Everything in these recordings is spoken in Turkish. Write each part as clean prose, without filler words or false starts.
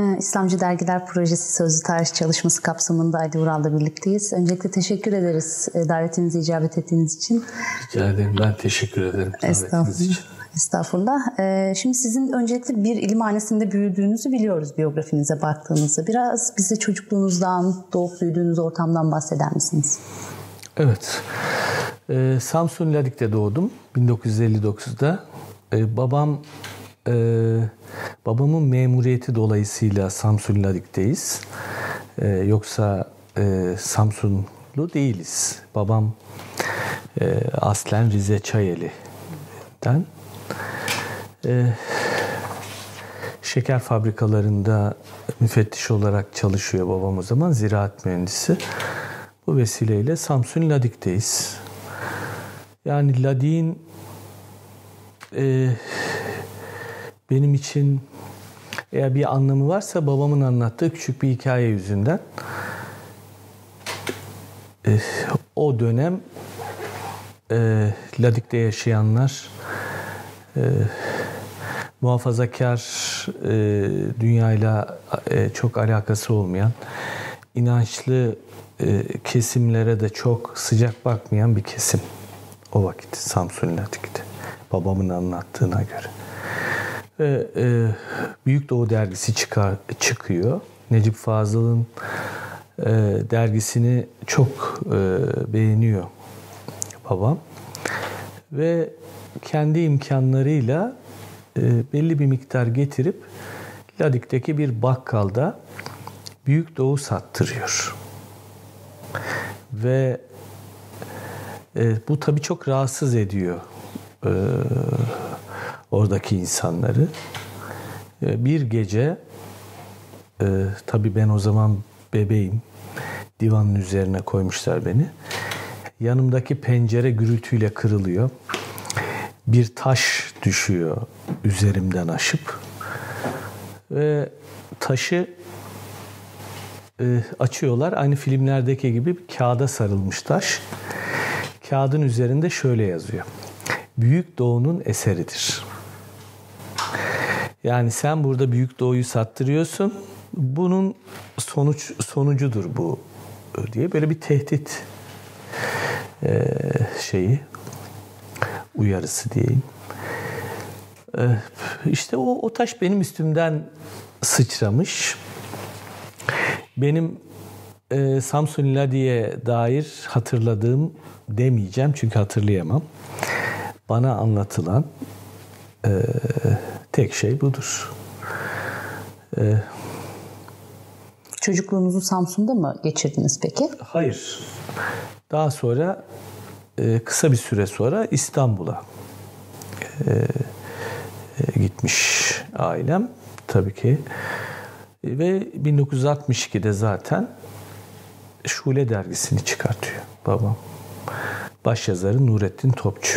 İslamcı Dergiler Projesi Sözlü Tarih Çalışması kapsamında Ali Ural'la birlikteyiz. Öncelikle teşekkür ederiz davetinize icabet ettiğiniz için. Rica ederim. Ben teşekkür ederim davetiniz için. Estağfurullah. Şimdi sizin öncelikle bir ilim hanesinde büyüdüğünüzü biliyoruz biyografinize baktığımızda. Biraz bize çocukluğunuzdan, doğup büyüdüğünüz ortamdan bahseder misiniz? Evet. Samsun Ladik'te doğdum 1959'da. Babamın memuriyeti dolayısıyla Samsun Ladik'teyiz. Yoksa Samsunlu değiliz. Babam aslen Rize Çayeli'den. Şeker fabrikalarında müfettiş olarak çalışıyor babam o zaman. Ziraat mühendisi. Bu vesileyle Samsun Ladik'teyiz. Yani Ladik'in benim için eğer bir anlamı varsa babamın anlattığı küçük bir hikaye yüzünden. O dönem Ladik'te yaşayanlar muhafazakar, dünyayla çok alakası olmayan, inançlı kesimlere de çok sıcak bakmayan bir kesim. O vakit Samsun Ladik'te. Babamın anlattığına göre. Büyük Doğu dergisi çıkıyor. Necip Fazıl'ın dergisini çok beğeniyor babam. Ve kendi imkanlarıyla belli bir miktar getirip Ladik'teki bir bakkalda Büyük Doğu sattırıyor. Ve bu tabii çok rahatsız ediyor oradaki insanları. Bir gece tabii ben o zaman bebeğim. Divanın üzerine koymuşlar beni. Yanımdaki pencere gürültüyle kırılıyor. Bir taş düşüyor üzerimden aşıp. Ve taşı açıyorlar. Aynı filmlerdeki gibi kağıda sarılmış taş. Kağıdın üzerinde şöyle yazıyor. Büyük Doğu'nun eseridir. Yani sen burada Büyük Doğu'yu sattırıyorsun. Bunun sonucudur bu diye böyle bir tehdit uyarısı diyeyim. İşte o taş benim üstümden sıçramış. Benim Samsun Ladik'e dair hatırladığım demeyeceğim çünkü hatırlayamam. Bana anlatılan tek şey budur. Çocukluğunuzu Samsun'da mı geçirdiniz peki? Hayır. Daha sonra kısa bir süre sonra İstanbul'a gitmiş ailem tabii ki. Ve 1962'de zaten Şule dergisini çıkartıyor babam. Başyazarı Nurettin Topçu.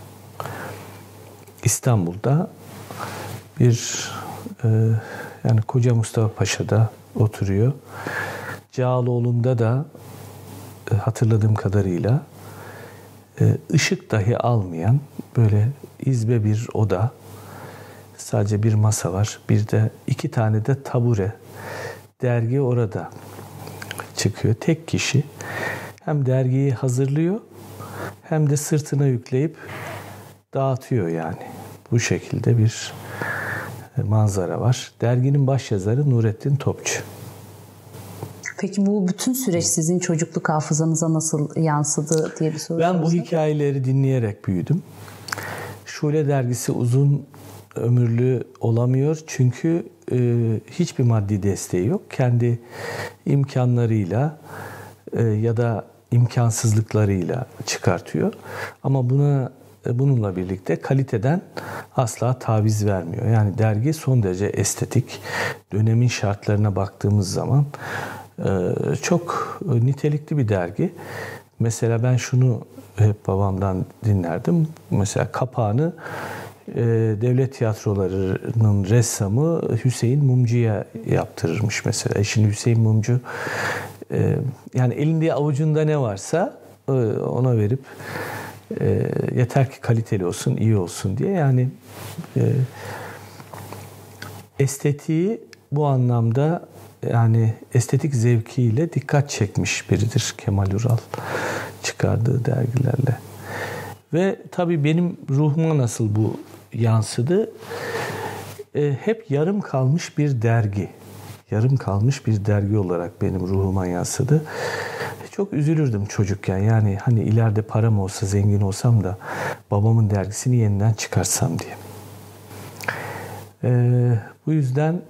İstanbul'da bir yani Koca Mustafa Paşa'da oturuyor. Cağaloğlu'nda da hatırladığım kadarıyla ışık dahi almayan böyle izbe bir oda. Sadece bir masa var. Bir de 2 tane de tabure. Dergi orada çıkıyor. Tek kişi hem dergiyi hazırlıyor hem de sırtına yükleyip dağıtıyor yani. Bu şekilde bir manzara var. Derginin başyazarı Nurettin Topçu. Peki bu bütün süreç sizin çocukluk hafızanıza nasıl yansıdı diye bir soru Ben sorusam. bu hikayeleri dinleyerek büyüdüm. Şule dergisi uzun ömürlü olamıyor çünkü hiçbir maddi desteği yok. Kendi imkanlarıyla ya da imkansızlıklarıyla çıkartıyor. Ama bununla birlikte kaliteden asla taviz vermiyor. Yani dergi son derece estetik. Dönemin şartlarına baktığımız zaman çok nitelikli bir dergi. Mesela ben şunu hep babamdan dinlerdim. Mesela kapağını devlet tiyatrolarının ressamı Hüseyin Mumcu'ya yaptırırmış mesela. Şimdi Hüseyin Mumcu yani elinde avucunda ne varsa ona verip yeter ki kaliteli olsun, iyi olsun diye yani estetiği bu anlamda yani estetik zevkiyle dikkat çekmiş biridir Kemal Ural çıkardığı dergilerle. Ve tabii benim ruhuma nasıl bu yansıdı? Hep yarım kalmış bir dergi. Yarım kalmış bir dergi olarak benim ruhuma yansıdı. Çok üzülürdüm çocukken. Yani hani ileride param olsa, zengin olsam da babamın dergisini yeniden çıkarsam diye. Bu yüzden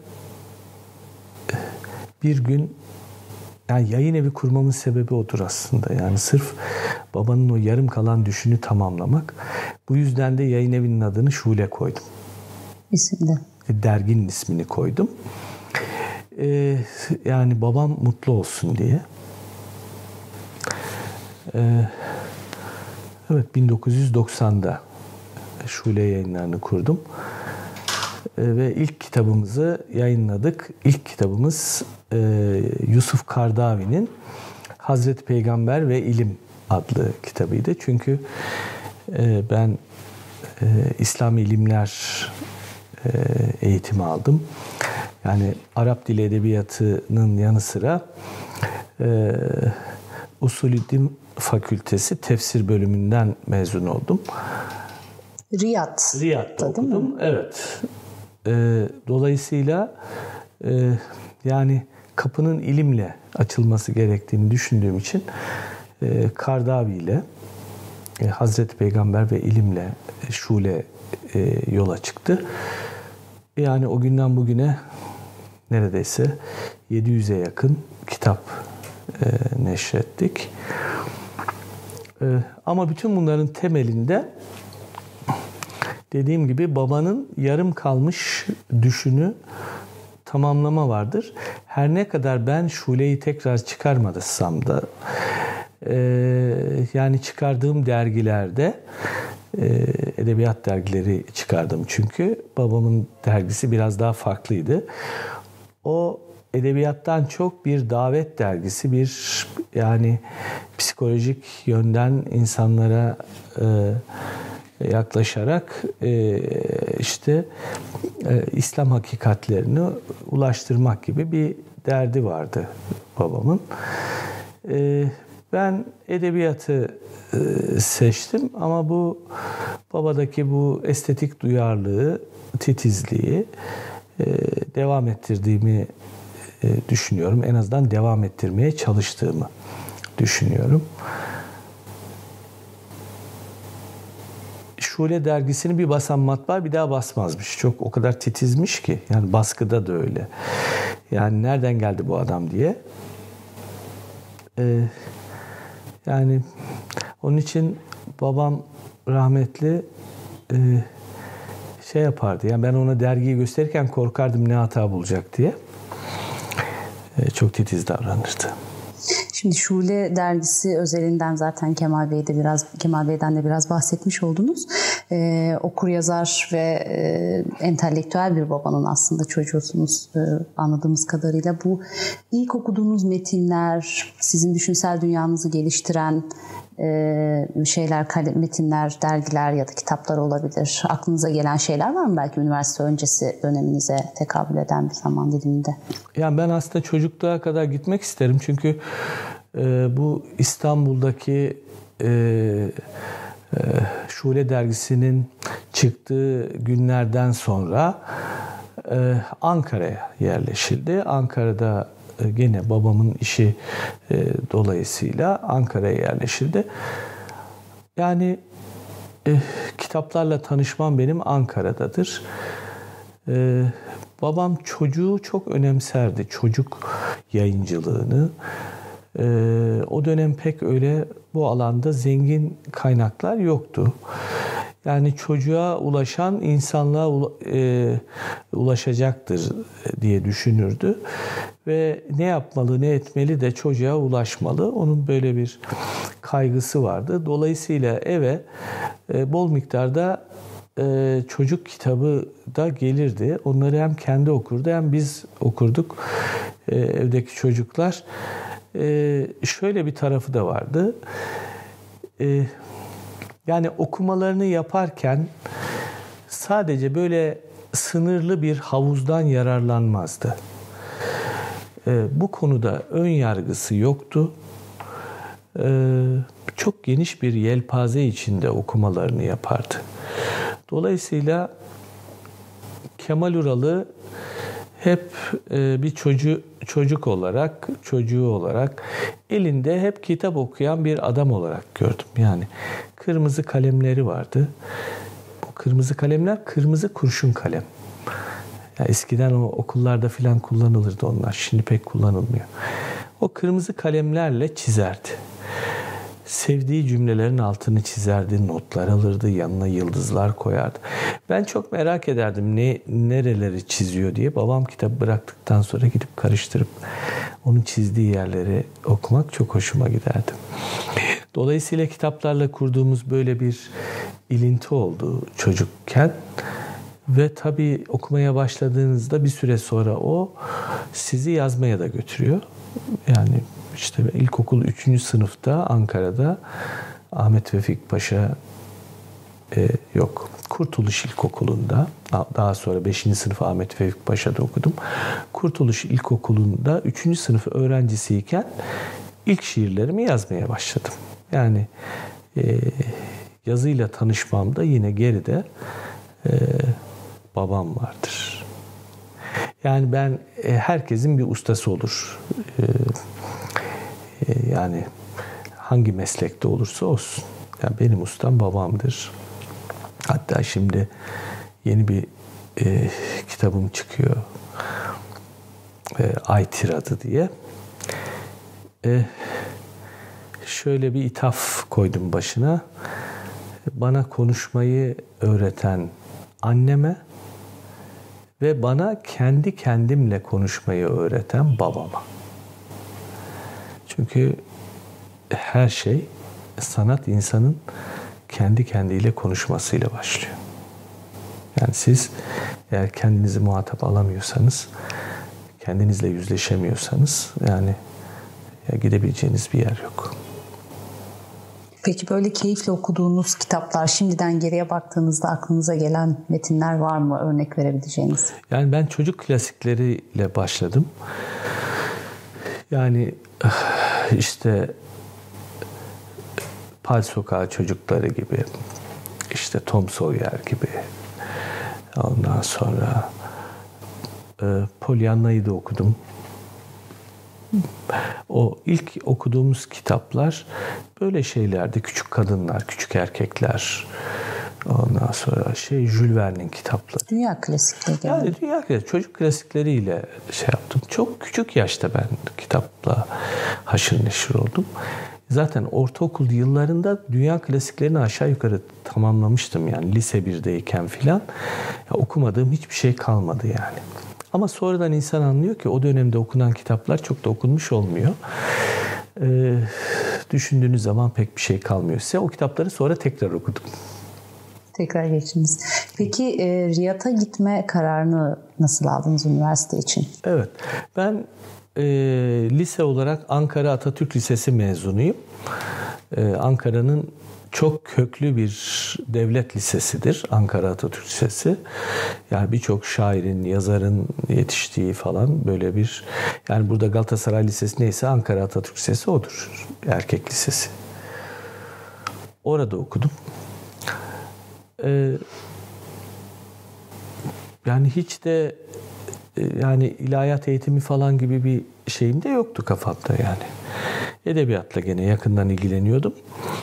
bir gün yani yayın evi kurmamın sebebi odur aslında. Yani sırf babanın o yarım kalan düşünü tamamlamak. Bu yüzden de yayın evinin adını Şule koydum. İsimli. Derginin ismini koydum. Yani babam mutlu olsun diye. Evet, 1990'da Şule Yayınları'nı kurdum. Ve ilk kitabımızı yayınladık. İlk kitabımız Yusuf Kardavi'nin Hazreti Peygamber ve İlim adlı kitabıydı. Çünkü ben İslami ilimler eğitimi aldım. Yani Arap Dili Edebiyatı'nın yanı sıra Usulüddin Fakültesi Tefsir bölümünden mezun oldum. Riyad'da okudum. Evet. Dolayısıyla yani kapının ilimle açılması gerektiğini düşündüğüm için Kardavi ile Hazreti Peygamber ve İlimle Şule yola çıktı. Yani o günden bugüne neredeyse 700'e yakın kitap neşrettik. Ama bütün bunların temelinde dediğim gibi babanın yarım kalmış düşünü tamamlama vardır. Her ne kadar ben Şule'yi tekrar çıkarmadıysam da yani çıkardığım dergilerde edebiyat dergileri çıkardım çünkü babamın dergisi biraz daha farklıydı. O edebiyattan çok bir davet dergisi, bir yani psikolojik yönden insanlara yaklaşarak işte İslam hakikatlerini ulaştırmak gibi bir derdi vardı babamın. Ben edebiyatı seçtim ama bu babadaki bu estetik duyarlılığı, titizliği devam ettirdiğimi düşünüyorum. En azından devam ettirmeye çalıştığımı düşünüyorum. Şule dergisini bir basan matbaa bir daha basmazmış. Çok o kadar titizmiş ki. Yani baskıda da öyle. Yani nereden geldi bu adam diye. Yani onun için babam rahmetli şey yapardı. Yani ben ona dergiyi gösterirken korkardım ne hata bulacak diye. Çok titiz davranırdı. Şimdi Şule dergisi özelinden zaten Kemal Bey'den de biraz bahsetmiş oldunuz. Okuryazar ve entelektüel bir babanın aslında çocuğusunuz anladığımız kadarıyla. Bu ilk okuduğunuz metinler, sizin düşünsel dünyanızı geliştiren şeyler, metinler, dergiler ya da kitaplar olabilir. Aklınıza gelen şeyler var mı belki üniversite öncesi döneminize tekabül eden bir zaman diliminde? Yani ben aslında çocukluğa kadar gitmek isterim. Çünkü bu İstanbul'daki Şule dergisinin çıktığı günlerden sonra Ankara'ya yerleşildi. Ankara'da gene babamın işi dolayısıyla Ankara'ya yerleşildi. Yani kitaplarla tanışmam benim Ankara'dadır. Babam çocuğu çok önemserdi. Çocuk yayıncılığını. O dönem pek öyle bu alanda zengin kaynaklar yoktu. Yani çocuğa ulaşan insanlığa ulaşacaktır diye düşünürdü. Ve ne yapmalı, ne etmeli de çocuğa ulaşmalı. Onun böyle bir kaygısı vardı. Dolayısıyla eve bol miktarda çocuk kitabı da gelirdi. Onları hem kendi okurdu hem biz okurduk. Evdeki çocuklar. Şöyle bir tarafı da vardı. Yani okumalarını yaparken sadece böyle sınırlı bir havuzdan yararlanmazdı. Bu konuda ön yargısı yoktu. Çok geniş bir yelpaze içinde okumalarını yapardı. Dolayısıyla Kemal Ural'ı hep bir çocuğu olarak elinde hep kitap okuyan bir adam olarak gördüm. Yani kırmızı kalemleri vardı. Bu kırmızı kalemler kırmızı kurşun kalem. Yani eskiden o okullarda filan kullanılırdı onlar. Şimdi pek kullanılmıyor. O kırmızı kalemlerle çizerdi. Sevdiği cümlelerin altını çizerdi, notlar alırdı, yanına yıldızlar koyardı. Ben çok merak ederdim nereleri çiziyor diye. Babam kitabı bıraktıktan sonra gidip karıştırıp onun çizdiği yerleri okumak çok hoşuma giderdi. Dolayısıyla kitaplarla kurduğumuz böyle bir ilinti oldu çocukken. Ve tabii okumaya başladığınızda bir süre sonra o sizi yazmaya da götürüyor. Yani işte ilkokul 3. sınıfta Ankara'da Ahmet Vefik Paşa Kurtuluş İlkokulu'nda, daha sonra 5. sınıf Ahmet Vefik Paşa'da okudum. Kurtuluş İlkokulu'nda 3. sınıf öğrencisiyken ilk şiirlerimi yazmaya başladım. Yani yazıyla tanışmamda yine geride babam vardır. Yani ben herkesin bir ustası olur. Yani hangi meslekte olursa olsun. Yani benim ustam babamdır. Hatta şimdi yeni bir kitabım çıkıyor. Ay Tiradı diye. Şöyle bir ithaf koydum başına. Bana konuşmayı öğreten anneme ve bana kendi kendimle konuşmayı öğreten babama. Çünkü her şey, sanat insanın kendi kendiyle konuşmasıyla başlıyor. Yani siz eğer kendinizi muhatap alamıyorsanız, kendinizle yüzleşemiyorsanız yani gidebileceğiniz bir yer yok. Peki böyle keyifle okuduğunuz kitaplar, şimdiden geriye baktığınızda aklınıza gelen metinler var mı? Örnek verebileceğiniz. Yani ben çocuk klasikleriyle başladım. Yani işte Pal Sokağı Çocukları gibi, işte Tom Sawyer gibi. Ondan sonra Pollyanna'yı da okudum. O ilk okuduğumuz kitaplar böyle şeylerdi. Küçük kadınlar, küçük erkekler. Ondan sonra Jules Verne'in kitapları. Dünya klasikleri. Yani dünya klasikleri, çocuk klasikleriyle yaptım. Çok küçük yaşta ben kitapla haşır neşir oldum. Zaten ortaokul yıllarında dünya klasiklerini aşağı yukarı tamamlamıştım. Yani lise 1'deyken filan. Okumadığım hiçbir şey kalmadı yani. Ama sonradan insan anlıyor ki o dönemde okunan kitaplar çok da okunmuş olmuyor. Düşündüğünüz zaman pek bir şey kalmıyor size. O kitapları sonra tekrar okudum. Tekrar geçtiniz. Peki Riyad'a gitme kararını nasıl aldınız üniversite için? Evet. Ben lise olarak Ankara Atatürk Lisesi mezunuyum. Ankara'nın çok köklü bir devlet lisesidir Ankara Atatürk Lisesi. Yani birçok şairin, yazarın yetiştiği falan böyle bir... Yani burada Galatasaray Lisesi neyse Ankara Atatürk Lisesi odur. Erkek lisesi. Orada okudum. Yani hiç de yani ilahiyat eğitimi falan gibi bir şeyim de yoktu kafamda yani. Edebiyatla gene yakından ilgileniyordum.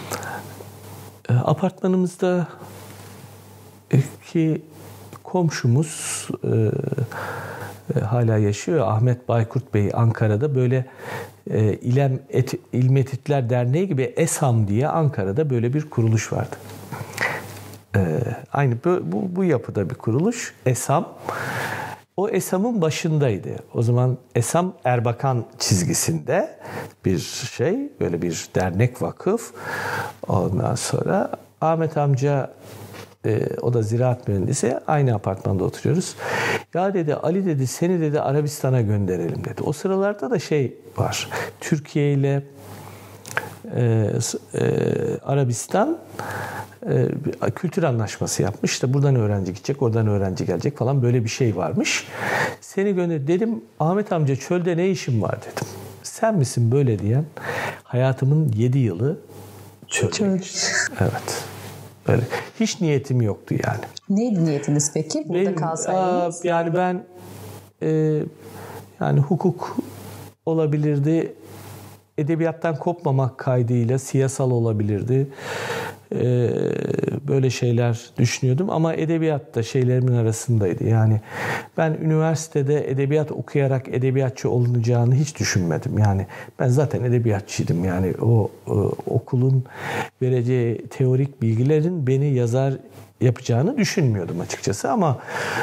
Apartmanımızda ki komşumuz hala yaşıyor. Ahmet Baykurt Bey Ankara'da böyle İlm Etütler Derneği gibi ESAM diye Ankara'da böyle bir kuruluş vardı. Aynı bu yapıda bir kuruluş ESAM. O ESAM'ın başındaydı. O zaman ESAM Erbakan çizgisinde bir şey, böyle bir dernek, vakıf. Ondan sonra Ahmet amca, o da ziraat mühendisi, aynı apartmanda oturuyoruz. Ya dedi, Ali dedi, seni dedi Arabistan'a gönderelim dedi. O sıralarda da var, Türkiye ile Arabistan kültür anlaşması yapmış. İşte buradan öğrenci gidecek, oradan öğrenci gelecek falan, böyle bir şey varmış. Seni gönder dedim, Ahmet amca çölde ne işin var dedim. Sen misin böyle diyen? Hayatımın 7 yılı çölde geçti. Evet. Böyle. Hiç niyetim yoktu yani. Neydi niyetiniz peki? Burada kalsaydınız. Yani ben yani hukuk olabilirdi. Edebiyattan kopmamak kaydıyla siyasal olabilirdi. Böyle şeyler düşünüyordum ama edebiyat da şeylerimin arasındaydı. Yani ben üniversitede edebiyat okuyarak edebiyatçı olunacağını hiç düşünmedim. Yani ben zaten edebiyatçıydım. Yani o okulun vereceği teorik bilgilerin beni yazar yapacağını düşünmüyordum açıkçası ama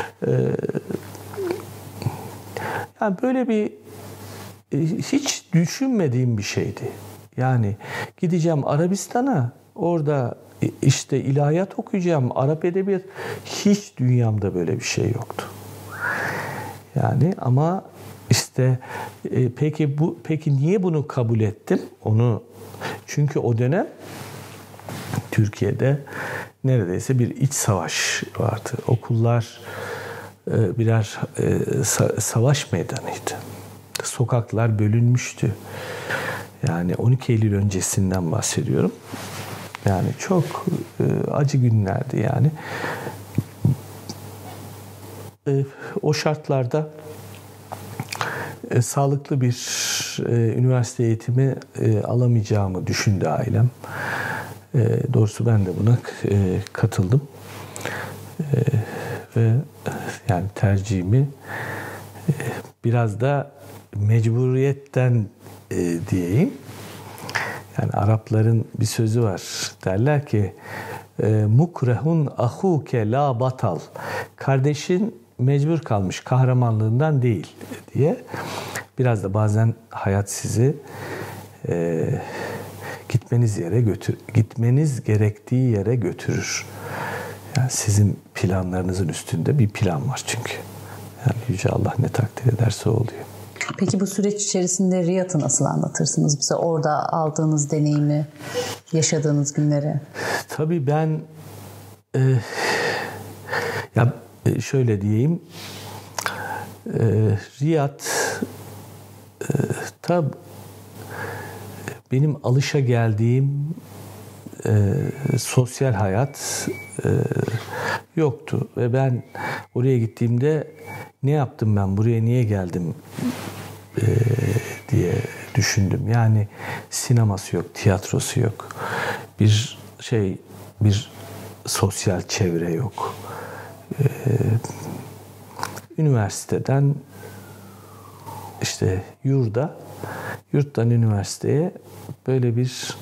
yani böyle bir hiç düşünmediğim bir şeydi. Yani gideceğim Arabistan'a, orada işte ilahiyat okuyacağım, Arap edebiyat, hiç dünyamda böyle bir şey yoktu. Yani ama işte peki niye bunu kabul ettim? Çünkü o dönem Türkiye'de neredeyse bir iç savaş vardı. Okullar birer savaş meydanıydı. Sokaklar bölünmüştü. Yani 12 Eylül öncesinden bahsediyorum. Yani çok acı günlerdi yani. O şartlarda sağlıklı bir üniversite eğitimi alamayacağımı düşündü ailem. Doğrusu ben de buna katıldım. Ve yani tercihimi biraz da mecburiyetten diyeyim. Yani Arapların bir sözü var. Derler ki mukrehun ahuke la batal. Kardeşin mecbur kalmış, kahramanlığından değil diye. Biraz da bazen hayat sizi gitmeniz gerektiği yere götürür. Yani sizin planlarınızın üstünde bir plan var çünkü. Yani Yüce Allah ne takdir ederse oluyor. Peki bu süreç içerisinde Riyad'ı nasıl anlatırsınız bize? Orada aldığınız deneyimi, yaşadığınız günleri. Tabii ben şöyle diyeyim. Riyad tabii benim alışa geldiğim sosyal hayat yoktu ve ben oraya gittiğimde ne yaptım, ben buraya niye geldim diye düşündüm. Yani sineması yok, tiyatrosu yok, bir sosyal çevre yok. Üniversiteden işte yurttan üniversiteye böyle bir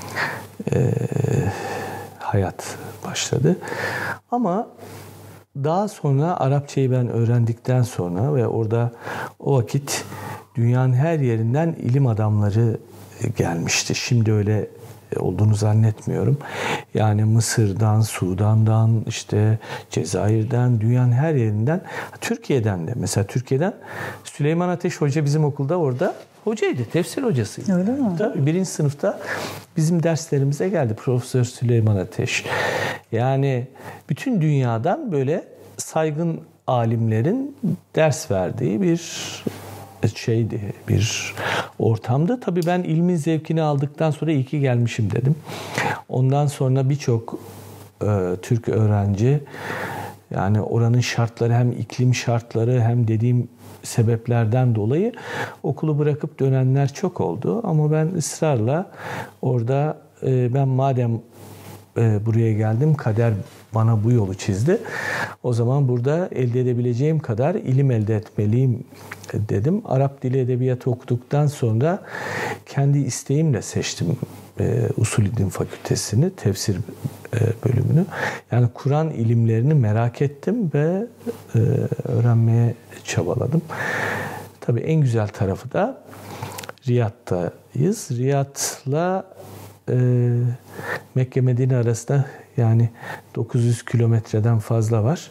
hayat başladı. Ama daha sonra Arapçayı ben öğrendikten sonra ve orada o vakit dünyanın her yerinden ilim adamları gelmişti. Şimdi öyle olduğunu zannetmiyorum. Yani Mısır'dan, Sudan'dan, işte Cezayir'den, dünyanın her yerinden, Türkiye'den de. Mesela Türkiye'den Süleyman Ateş Hoca bizim okulda orada hocaydı, tefsir hocasıydı. Öyle mi? Tabii 1. sınıfta bizim derslerimize geldi Profesör Süleyman Ateş. Yani bütün dünyadan böyle saygın alimlerin ders verdiği bir bir ortamdı. Tabii ben ilmin zevkini aldıktan sonra iyi ki gelmişim dedim. Ondan sonra birçok Türk öğrenci, yani oranın şartları, hem iklim şartları hem dediğim sebeplerden dolayı okulu bırakıp dönenler çok oldu. Ama ben ısrarla orada ben madem buraya geldim, kader bana bu yolu çizdi, o zaman burada elde edebileceğim kadar ilim elde etmeliyim dedim. Arap Dili Edebiyatı okuduktan sonra kendi isteğimle seçtim Usulü Din Fakültesini, tefsir bölümünü. Yani Kur'an ilimlerini merak ettim ve öğrenmeye çabaladım. Tabii en güzel tarafı da Riyad'dayız. Riyad'la Mekke Medine arasında yani 900 kilometreden fazla var.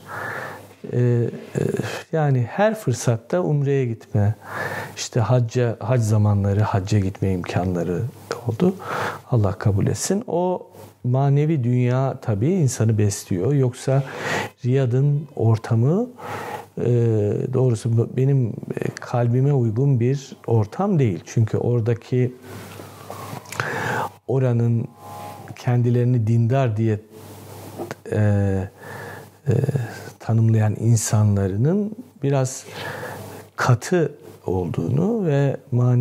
Yani her fırsatta umreye gitme, işte hac zamanları hacca gitme imkanları oldu. Allah kabul etsin. O manevi dünya tabii insanı besliyor. Yoksa Riyad'ın ortamı doğrusu benim kalbime uygun bir ortam değil. Çünkü oranın kendilerini dindar diye tanımlayan insanların biraz katı olduğunu ve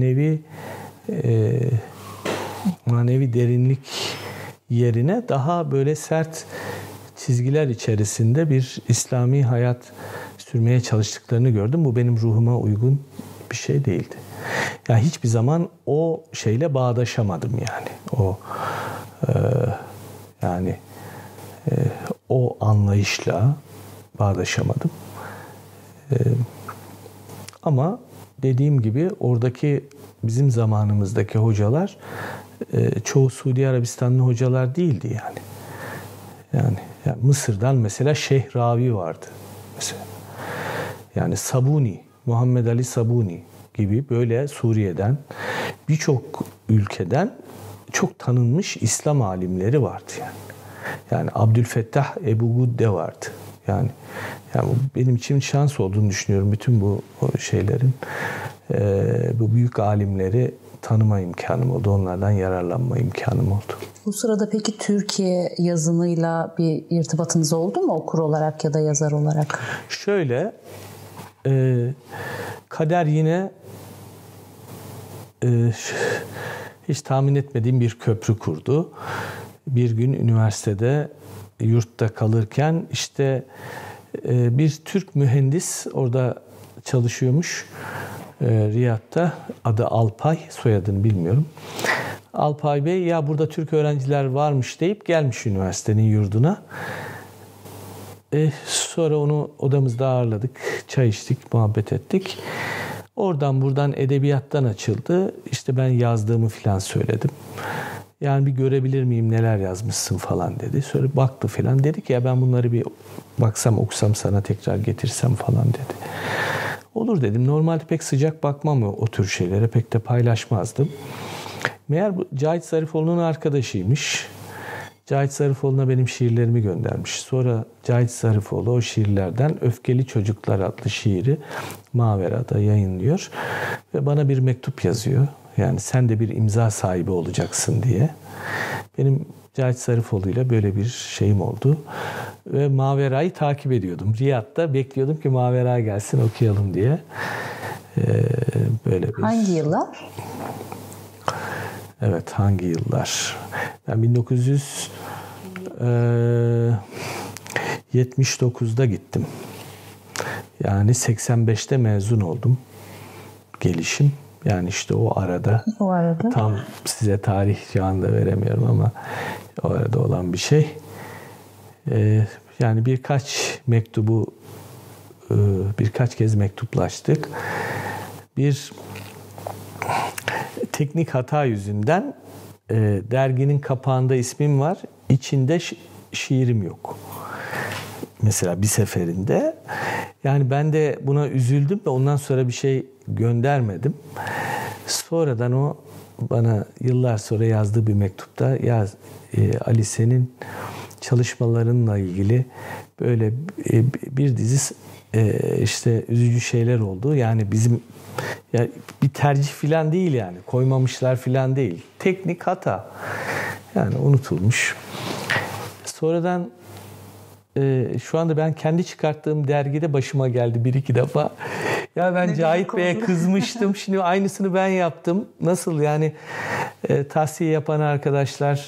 manevi derinlik yerine daha böyle sert çizgiler içerisinde bir İslami hayat sürmeye çalıştıklarını gördüm. Bu benim ruhuma uygun bir şey değildi. Yani hiçbir zaman o şeyle bağdaşamadım yani. O anlayışla bağdaşamadım. Ama dediğim gibi oradaki bizim zamanımızdaki hocalar çoğu Suudi Arabistanlı hocalar değildi yani. Yani Mısır'dan mesela Şeyh Ravi vardı mesela. Yani Sabuni, Muhammed Ali Sabuni gibi böyle Suriye'den birçok ülkeden çok tanınmış İslam alimleri vardı yani. Yani Abdülfettah Ebu Gudde vardı. Yani benim için şans olduğunu düşünüyorum bütün bu şeylerin, bu büyük alimleri tanıma imkanım oldu. Onlardan yararlanma imkanım oldu. Bu sırada peki Türkiye yazınıyla bir irtibatınız oldu mu okur olarak ya da yazar olarak? Şöyle, kader yine hiç tahmin etmediğim bir köprü kurdu. Bir gün üniversitede yurtta kalırken işte bir Türk mühendis orada çalışıyormuş Riyad'da. Adı Alpay, soyadını bilmiyorum. Alpay Bey ya burada Türk öğrenciler varmış deyip gelmiş üniversitenin yurduna. Sonra onu odamızda ağırladık, çay içtik, muhabbet ettik. Oradan buradan edebiyattan açıldı. İşte ben yazdığımı falan söyledim. Yani bir görebilir miyim neler yazmışsın falan dedi. Sonra baktı falan. Dedi ki ya ben bunları bir baksam okusam sana tekrar getirsem falan dedi. Olur dedim. Normalde pek sıcak bakmam o tür şeylere. Pek de paylaşmazdım. Meğer bu Cahit Zarifoğlu'nun arkadaşıymış. Cahit Zarifoğlu'na benim şiirlerimi göndermiş. Sonra Cahit Zarifoğlu o şiirlerden Öfkeli Çocuklar adlı şiiri Mavera'da yayınlıyor. Ve bana bir mektup yazıyor. Yani sen de bir imza sahibi olacaksın diye. Benim Cahit Zarifoğlu ile böyle bir şeyim oldu. Ve Mavera'yı takip ediyordum. Riyad'da bekliyordum ki Mavera gelsin okuyalım diye. Böyle bir... Hangi yıllar? Evet, hangi yıllar? Ben 1979'da gittim. Yani 85'te mezun oldum. Gelişim. Yani işte o arada. Tam size tarih şu anda veremiyorum ama o arada olan bir şey. Yani birkaç kez mektuplaştık. Bir teknik hata yüzünden derginin kapağında ismim var. İçinde şiirim yok. Mesela bir seferinde. Yani ben de buna üzüldüm ve ondan sonra bir şey göndermedim. Sonradan o bana yıllar sonra yazdığı bir mektupta Ali senin çalışmalarınla ilgili böyle bir dizi işte üzücü şeyler oldu. Yani bizim bir tercih falan değil yani. Koymamışlar falan değil. Teknik hata. Yani unutulmuş. Sonradan şu anda ben kendi çıkarttığım dergide başıma geldi bir iki defa. Ya ben Cahit Bey'e kızmıştım. Şimdi aynısını ben yaptım. Nasıl yani tahsiye yapan arkadaşların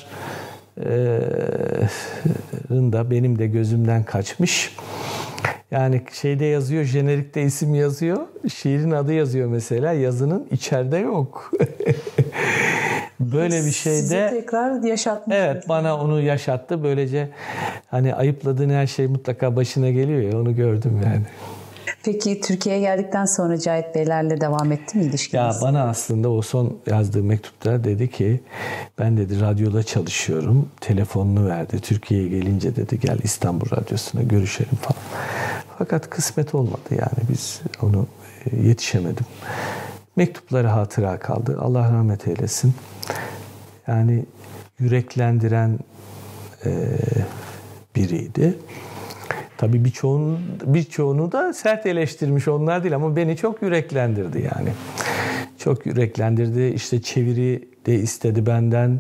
da benim de gözümden kaçmış. Yani şeyde yazıyor, jenerikte isim yazıyor. Şiirin adı yazıyor mesela. Yazının içeride yok. Böyle bir şeyde... Sizi tekrar yaşatmış. Evet, bana onu yaşattı. Böylece hani ayıpladığın her şey mutlaka başına geliyor ya, onu gördüm yani. Peki Türkiye'ye geldikten sonra Cahit Beylerle devam etti mi ilişkiniz? Ya bana aslında o son yazdığı mektupta dedi ki ben dedi radyoda çalışıyorum. Telefonunu verdi. Türkiye'ye gelince dedi gel İstanbul Radyosu'na görüşelim falan. Fakat kısmet olmadı yani biz onu yetişemedim. Mektupları hatıra kaldı. Allah rahmet eylesin. Yani yüreklendiren biriydi. Tabii birçoğunu da sert eleştirmiş, onlar değil, ama beni çok yüreklendirdi yani. Çok yüreklendirdi. İşte çeviri de istedi benden.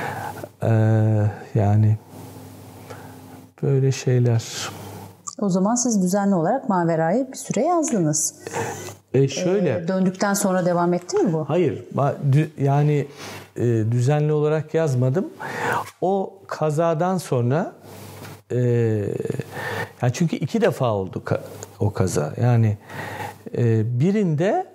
Yani böyle şeyler. O zaman siz düzenli olarak Mavera'yı bir süre yazdınız. Şöyle. Döndükten sonra devam etti mi bu? Hayır. Yani düzenli olarak yazmadım. O kazadan sonra yani çünkü 2 defa oldu o kaza. Yani birinde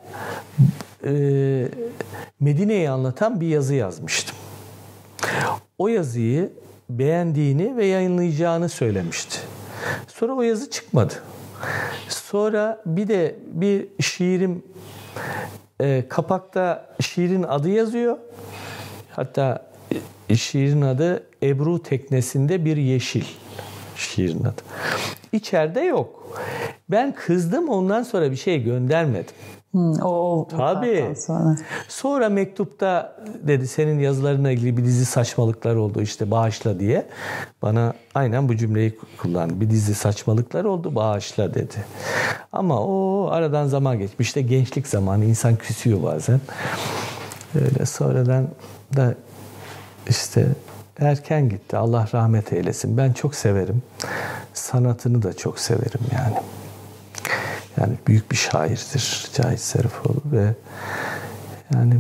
Medine'yi anlatan bir yazı yazmıştım. O yazıyı beğendiğini ve yayınlayacağını söylemişti. Sonra o yazı çıkmadı. Sonra bir şiirim, kapakta şiirin adı yazıyor. Hatta şiirin adı Ebru Teknesi'nde bir Yeşil. Şiirin adı. İçeride yok. Ben kızdım, ondan sonra bir şey göndermedim. Tabii. Sonra mektupta dedi, senin yazılarına ilgili bir dizi saçmalıklar oldu, işte bağışla diye. Bana aynen bu cümleyi kullandı. Bir dizi saçmalıklar oldu, bağışla dedi. Ama o aradan zaman geçmiş. İşte gençlik zamanı, insan küsüyor bazen. Öyle sonradan da işte erken gitti. Allah rahmet eylesin. Ben çok severim. Sanatını da çok severim yani. Yani büyük bir şairdir Cahit Zarifoğlu ve yani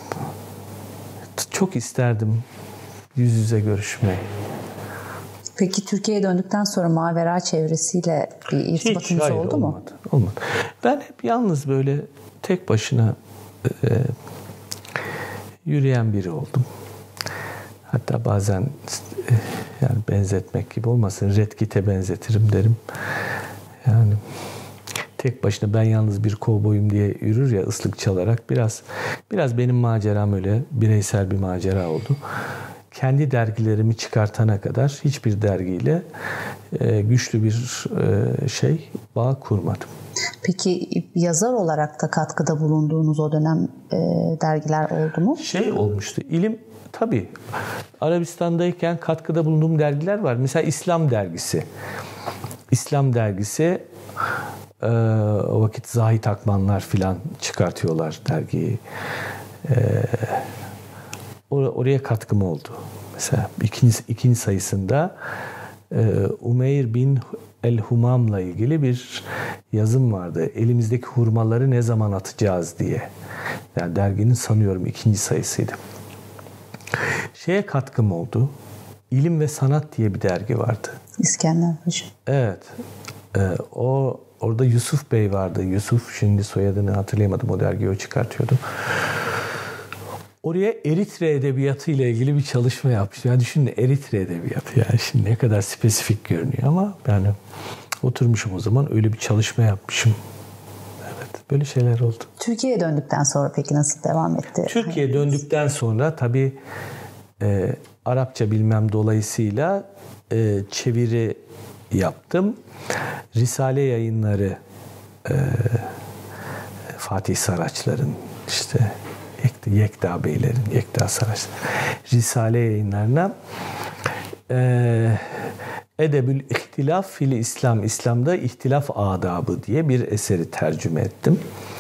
çok isterdim yüz yüze görüşmeyi. Peki Türkiye'ye döndükten sonra Mavera çevresiyle bir irtibatınız oldu mu? Olmadı. Ben hep yalnız böyle tek başına yürüyen biri oldum. Hatta bazen yani benzetmek gibi olmasın, Red Kit'e benzetirim derim. Yani tek başına ben yalnız bir kovboyum diye yürür ya, ıslık çalarak. Biraz benim maceram öyle bireysel bir macera oldu. Kendi dergilerimi çıkartana kadar hiçbir dergiyle güçlü bir bağ kurmadım. Peki yazar olarak da katkıda bulunduğunuz o dönem dergiler oldu mu? Olmuştu. İlim, tabii. Arabistan'dayken katkıda bulunduğum dergiler var. Mesela İslam dergisi. İslam dergisi o vakit Zahit Akmanlar filan çıkartıyorlar dergiyi. Oraya katkım oldu. Mesela ikinci sayısında Umeyr bin el-Humam'la ilgili bir yazım vardı. Elimizdeki hurmaları ne zaman atacağız diye. Yani derginin sanıyorum 2. sayısıydı. Katkım oldu. İlim ve Sanat diye bir dergi vardı. İskender Paşa. Evet. Orada Yusuf Bey vardı. Yusuf, şimdi soyadını hatırlayamadım. O dergiyi o çıkartıyordu. Oraya Eritre Edebiyatı ile ilgili bir çalışma yapmıştım. Yani düşünün, Eritre Edebiyatı, yani şimdi ne kadar spesifik görünüyor ama yani oturmuşum o zaman, öyle bir çalışma yapmışım. Evet, böyle şeyler oldu. Türkiye'ye döndükten sonra peki nasıl devam etti? Türkiye'ye döndükten sonra tabii Arapça bilmem dolayısıyla çeviri yaptım. Risale Yayınları, Fatih Saraçlar'ın, işte Yekta Beylerin, Yekta Saraç Risale Yayınlarına Edebül İhtilaf fil İslam, İslam'da İhtilaf Adabı diye bir eseri tercüme ettim.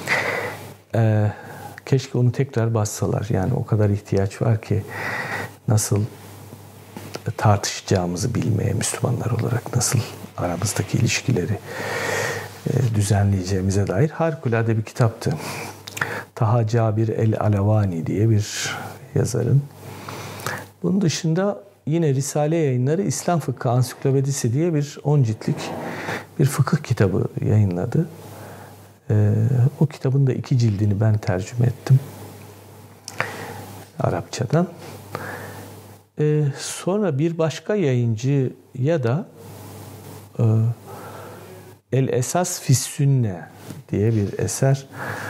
Keşke onu tekrar bassalar. Yani o kadar ihtiyaç var ki nasıl tartışacağımızı bilmeye, Müslümanlar olarak nasıl aramızdaki ilişkileri düzenleyeceğimize dair harikulade bir kitaptı. Taha Cabir el-Alavani diye bir yazarın. Bunun dışında yine Risale Yayınları İslam Fıkhı Ansiklopedisi diye bir 10 ciltlik bir fıkıh kitabı yayınladı. O kitabın da 2 cildini ben tercüme ettim Arapçadan. Sonra bir başka yayıncıya da El Esas Fissünne diye bir eser.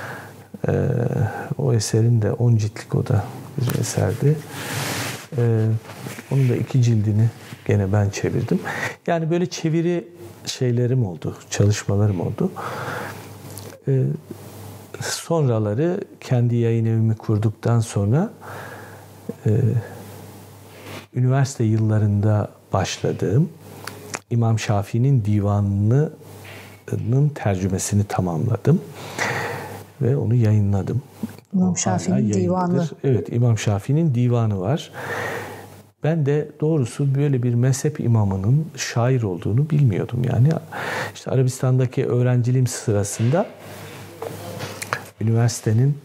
O eserin de 10 ciltlik, o da bir eserdi. Onun da 2 cildini gene ben çevirdim. Yani böyle çeviri şeylerim oldu, çalışmalarım oldu. Sonraları kendi yayın evimi kurduktan sonra üniversite yıllarında başladığım İmam Şafii'nin divanının tercümesini tamamladım ve onu yayınladım. İmam Şafii'nin divanı. Evet, İmam Şafii'nin divanı var. Ben de doğrusu böyle bir mezhep imamının şair olduğunu bilmiyordum yani. İşte Arabistan'daki öğrenciliğim sırasında üniversitenin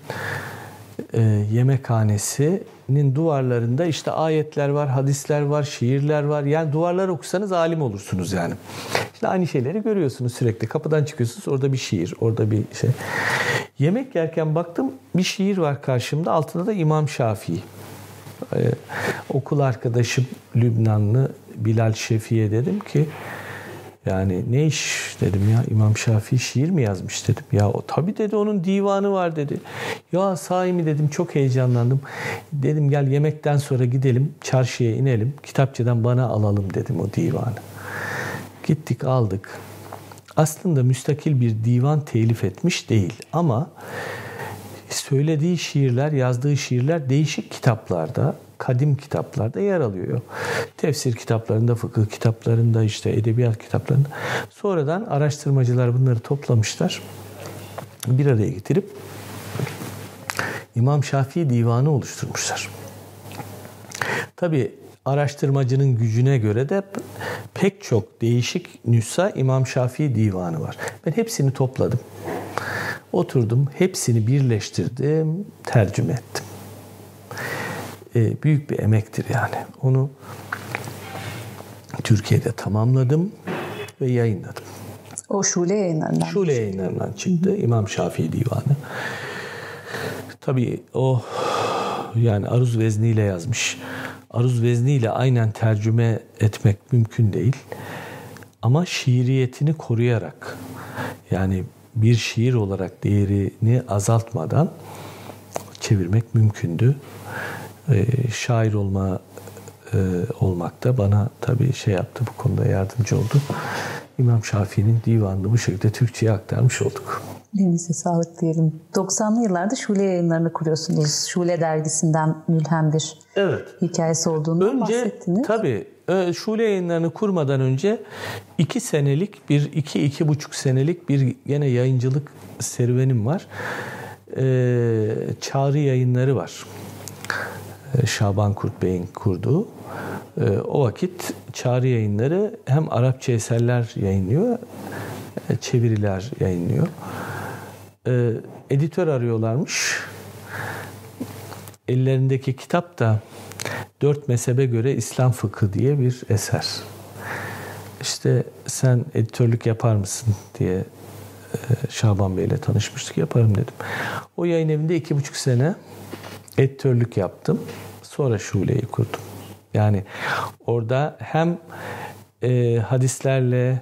yemekhanesinin duvarlarında işte ayetler var, hadisler var, şiirler var. Yani duvarları okusanız alim olursunuz yani. İşte aynı şeyleri görüyorsunuz sürekli. Kapıdan çıkıyorsunuz, orada bir şiir, orada bir şey. Yemek yerken baktım bir şiir var karşımda, altında da İmam Şafii. Okul arkadaşım Lübnanlı Bilal Şefi'ye dedim ki yani ne iş dedim ya, İmam Şafii şiir mi yazmış dedim. Ya o tabii dedi, onun divanı var dedi. Ya sahi mi dedim, çok heyecanlandım. Dedim gel yemekten sonra gidelim çarşıya inelim, kitapçıdan bana alalım dedim o divanı. Gittik aldık. Aslında müstakil bir divan telif etmiş değil ama söylediği şiirler, yazdığı şiirler değişik kitaplarda, kadim kitaplarda yer alıyor. Tefsir kitaplarında, fıkıh kitaplarında, işte edebiyat kitaplarında. Sonradan araştırmacılar bunları toplamışlar. Bir araya getirip İmam Şafii divanı oluşturmuşlar. Tabii araştırmacının gücüne göre de pek çok değişik nüsha İmam Şafii divanı var. Ben hepsini topladım. Oturdum, hepsini birleştirdim, tercüme ettim. Büyük bir emektir yani. Onu Türkiye'de tamamladım ve yayınladım. O Şule yayınlarından. Şule yayınlarından çıktı. İmam Şafii Divanı. Tabii o yani aruz vezniyle yazmış. Aruz vezniyle aynen tercüme etmek mümkün değil. Ama şiiriyetini koruyarak, yani bir şiir olarak değerini azaltmadan çevirmek mümkündü. Şair olmak da bana tabii şey yaptı, bu konuda yardımcı oldu. İmam Şafii'nin divanını bu şekilde Türkçe'ye aktarmış olduk. Elinize sağlık diyelim. 90'lı yıllarda Şule yayınlarını kuruyorsunuz. Şule dergisinden mülhem bir hikayesi olduğunu bahsettiniz. Tabii. Şule yayınlarını kurmadan önce 2 senelik, 2,5 senelik bir gene yayıncılık serüvenim var. Çağrı Yayınları var. Şaban Kurt Bey'in kurduğu. O vakit Çağrı Yayınları hem Arapça eserler yayınlıyor, çeviriler yayınlıyor. Editör arıyorlarmış. Ellerindeki kitap da 4 mezhebe göre İslam fıkhı diye bir eser. İşte sen editörlük yapar mısın diye Şaban Bey'le tanışmıştık. Yaparım dedim. O yayın evinde 2,5 sene editörlük yaptım. Sonra Şule'yi kurdum. Yani orada hem hadislerle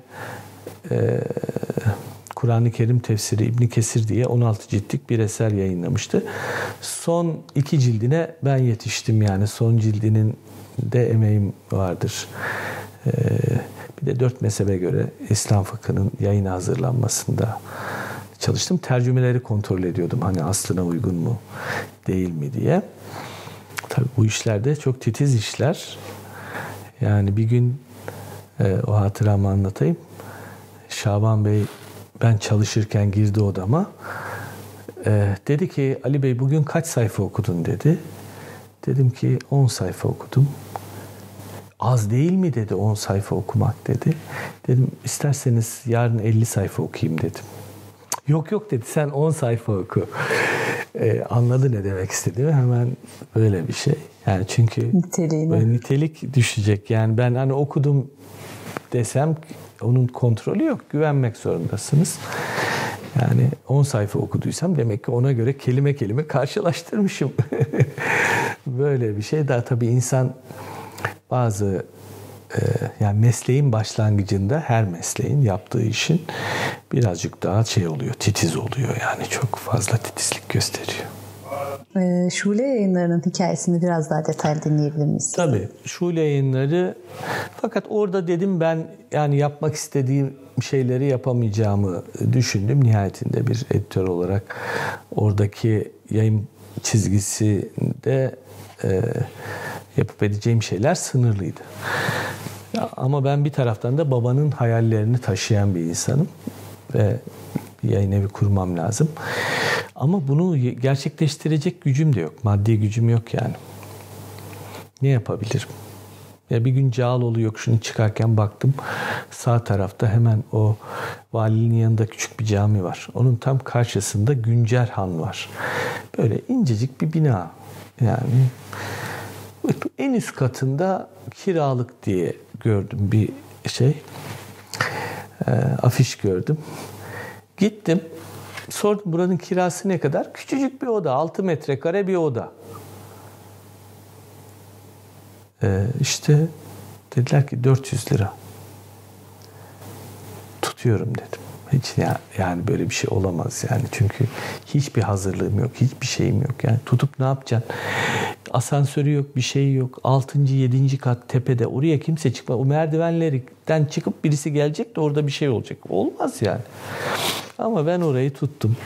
Kur'an-ı Kerim tefsiri İbn Kesir diye 16 ciltlik bir eser yayınlamıştı. Son 2 cildine ben yetiştim, yani son cildinin de emeğim vardır. Bir de 4 mezhebe göre İslam fıkhının yayına hazırlanmasında çalıştım. Tercümeleri kontrol ediyordum. Hani aslına uygun mu, değil mi diye. Tabii bu işler de çok titiz işler. Yani bir gün o hatıramı anlatayım. Şaban Bey ben çalışırken girdi odama. Dedi ki Ali Bey bugün kaç sayfa okudun dedi. Dedim ki 10 sayfa okudum. Az değil mi dedi 10 sayfa okumak dedi. Dedim isterseniz yarın 50 sayfa okuyayım dedim. Yok dedi, sen 10 sayfa oku. Anladı ne demek istediğimi, hemen böyle bir şey. Yani çünkü nitelik düşecek. Yani ben hani okudum desem onun kontrolü yok. Güvenmek zorundasınız. Yani 10 sayfa okuduysam demek ki ona göre kelime kelime karşılaştırmışım. Böyle bir şey. Daha tabii insan bazı yani mesleğin başlangıcında her mesleğin yaptığı işin birazcık daha şey oluyor, titiz oluyor, yani çok fazla titizlik gösteriyor. Şule Yayınları'nın hikayesini biraz daha detaylı dinleyebilir miyiz? Tabii. Şule Yayınları, fakat orada dedim ben yani yapmak istediğim şeyleri yapamayacağımı düşündüm. Nihayetinde bir editör olarak oradaki yayın çizgisinde yapıp edeceğim şeyler sınırlıydı. Ama ben bir taraftan da babanın hayallerini taşıyan bir insanım ve bir yayın evi kurmam lazım. Ama bunu gerçekleştirecek gücüm de yok. Maddi gücüm yok yani. Ne yapabilirim? Ya bir gün Cağaloğlu yokuşunu çıkarken baktım. Sağ tarafta hemen o valinin yanında küçük bir cami var. Onun tam karşısında Güncer Han var. Böyle incecik bir bina. Yani en üst katında kiralık diye gördüm bir afiş gördüm. Gittim. Sordum buranın kirası ne kadar? Küçücük bir oda. 6 metrekare bir oda. İşte dediler ki 400 lira. Tutuyorum dedim. Hiç yani böyle bir şey olamaz yani. Çünkü hiçbir hazırlığım yok. Hiçbir şeyim yok. Yani tutup ne yapacaksın? Asansörü yok, bir şey yok. 6. 7. kat tepede. Oraya kimse çıkmaz. O merdivenlerden çıkıp birisi gelecek de orada bir şey olacak. Olmaz yani. Ama ben orayı tuttum.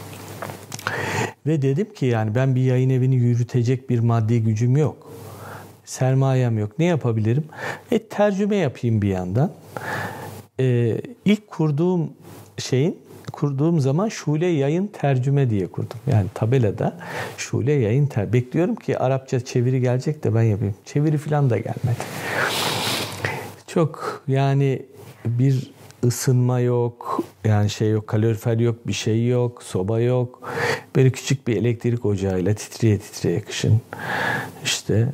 Ve dedim ki yani ben bir yayın evini yürütecek bir maddi gücüm yok. Sermayem yok. Ne yapabilirim? Tercüme yapayım bir yandan. İlk kurduğum zaman Şule Yayın Tercüme diye kurdum. Yani tabelada Şule Yayın bekliyorum ki Arapça çeviri gelecek de ben yapayım. Çeviri falan da gelmedi. Çok yani bir ısınma yok. Yani yok, kalorifer yok, bir şey yok, soba yok. Böyle küçük bir elektrik ocağıyla titreye titreye kışın. İşte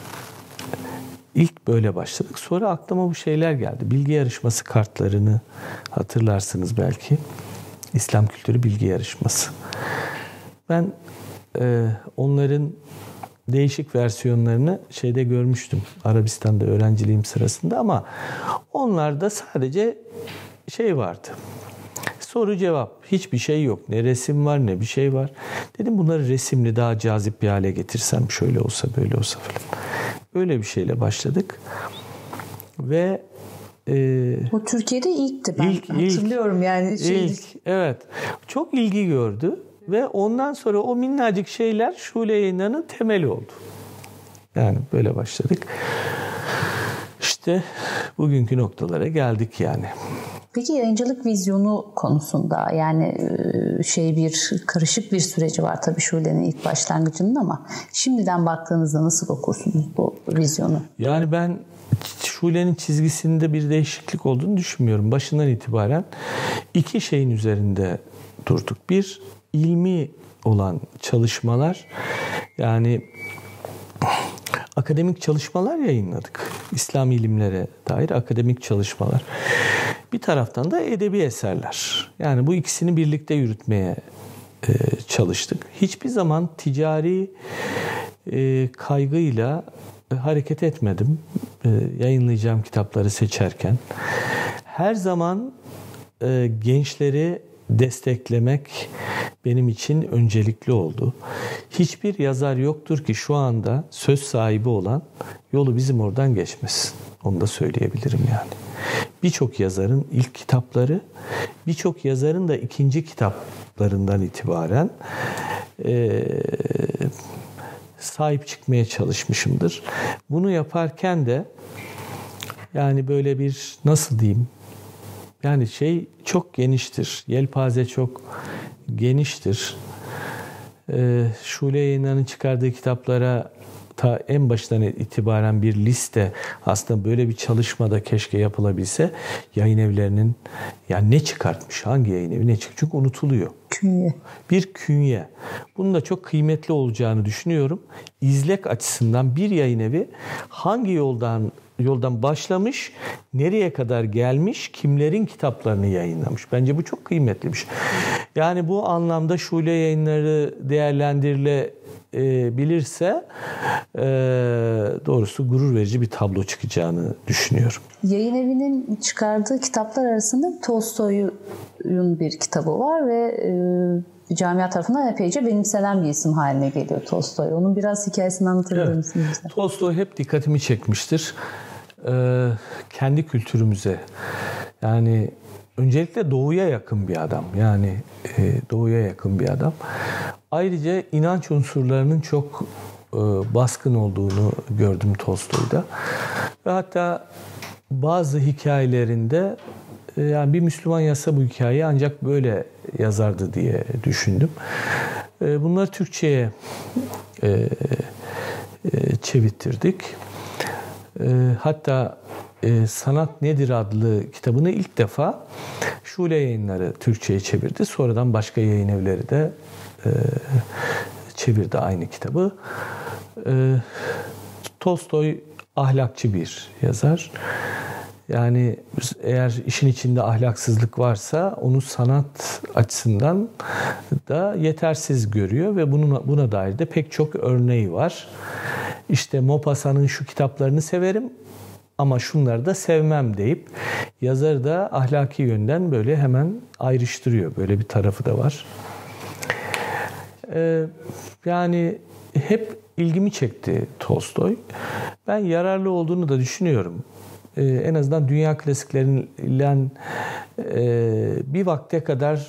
İlk böyle başladık. Sonra aklıma bu şeyler geldi. Bilgi yarışması kartlarını hatırlarsınız belki. İslam Kültürü Bilgi Yarışması. Ben onların değişik versiyonlarını görmüştüm. Arabistan'da öğrenciliğim sırasında ama onlarda sadece vardı. Soru cevap. Hiçbir şey yok. Ne resim var ne bir şey var. Dedim bunları resimli daha cazip bir hale getirsem şöyle olsa böyle olsa falan. Öyle bir şeyle başladık. Ve o Türkiye'de ilkti ben hatırlıyorum yani. Evet. Çok ilgi gördü ve ondan sonra o minnacık şeyler Şule Yayınları'nın temeli oldu. Yani böyle başladık. İşte bugünkü noktalara geldik yani. Peki yayıncılık vizyonu konusunda yani bir karışık bir süreci var tabii Şule'nin ilk başlangıcının ama şimdiden baktığınızda nasıl okursunuz bu vizyonu? Yani ben Şule'nin çizgisinde bir değişiklik olduğunu düşünmüyorum. Başından itibaren iki şeyin üzerinde durduk. Bir, ilmi olan çalışmalar yani akademik çalışmalar yayınladık. İslam ilimlere dair akademik çalışmalar. Bir taraftan da edebi eserler. Yani bu ikisini birlikte yürütmeye çalıştık. Hiçbir zaman ticari kaygıyla hareket etmedim. Yayınlayacağım kitapları seçerken. Her zaman gençleri desteklemek benim için öncelikli oldu. Hiçbir yazar yoktur ki şu anda söz sahibi olan yolu bizim oradan geçmesin. Onu da söyleyebilirim yani. Birçok yazarın ilk kitapları, birçok yazarın da ikinci kitaplarından itibaren sahip çıkmaya çalışmışımdır. Bunu yaparken de yani böyle bir nasıl diyeyim? Yani çok geniştir. Yelpaze çok geniştir. Şule Yayınları'nın çıkardığı kitaplara ta en baştan itibaren bir liste aslında böyle bir çalışmada keşke yapılabilse yayın evlerinin yani ne çıkartmış, hangi yayın evi ne çıkmış çünkü unutuluyor. Künye. Bir künye. Bunun da çok kıymetli olacağını düşünüyorum. İzlek açısından bir yayın evi hangi yoldan başlamış, nereye kadar gelmiş, kimlerin kitaplarını yayınlamış. Bence bu çok kıymetli bir şey. Yani bu anlamda Şule Yayınları değerlendirilebilirse doğrusu gurur verici bir tablo çıkacağını düşünüyorum. Yayın evinin çıkardığı kitaplar arasında Tolstoy'un bir kitabı var ve camia tarafından epeyce benimsenen bir isim haline geliyor Tolstoy. Onun biraz hikayesini anlatabilir misiniz bize? Tolstoy hep dikkatimi çekmiştir. Kendi kültürümüze yani öncelikle doğuya yakın bir adam. Yani doğuya yakın bir adam. Ayrıca inanç unsurlarının çok baskın olduğunu gördüm Tolstoy'da. Ve hatta bazı hikayelerinde yani bir Müslüman yazsa bu hikayeyi ancak böyle yazardı diye düşündüm. Bunları Türkçe'ye çevirttirdik. Hatta Sanat Nedir adlı kitabını ilk defa Şule Yayınları Türkçe'ye çevirdi. Sonradan başka yayın evleri de çevirdi aynı kitabı. Tolstoy ahlakçı bir yazar. Yani eğer işin içinde ahlaksızlık varsa onu sanat açısından da yetersiz görüyor ve buna dair de pek çok örneği var. İşte Maupassant'ın şu kitaplarını severim ama şunları da sevmem deyip yazarı da ahlaki yönden böyle hemen ayrıştırıyor. Böyle bir tarafı da var. Yani hep ilgimi çekti Tolstoy. Ben yararlı olduğunu da düşünüyorum. En azından dünya klasikleriyle bir vakte kadar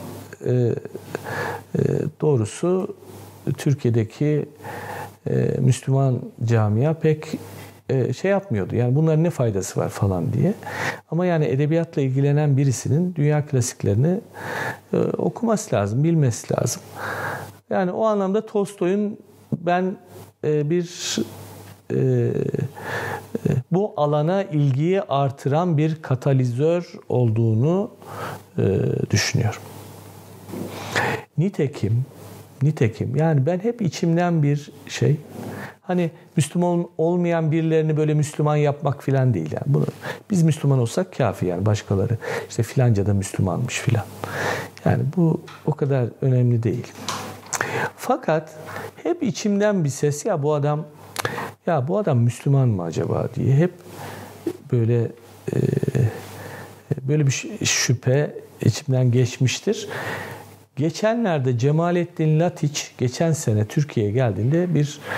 doğrusu Türkiye'deki Müslüman camia pek şey yapmıyordu. Yani bunların ne faydası var falan diye. Ama yani edebiyatla ilgilenen birisinin dünya klasiklerini okuması lazım, bilmesi lazım. Yani o anlamda Tolstoy'un ben bu alana ilgiyi artıran bir katalizör olduğunu düşünüyorum. Nitekim yani ben hep içimden bir şey, hani Müslüman olmayan birilerini böyle Müslüman yapmak filan değil yani. Biz Müslüman olsak kafi yani, başkaları işte filanca da Müslümanmış filan. Yani bu o kadar önemli değil. Fakat hep içimden bir ses, ya bu adam Müslüman mı acaba diye hep böyle bir şüphe içimden geçmiştir. Geçenlerde Cemalettin Latiç geçen sene Türkiye'ye geldiğinde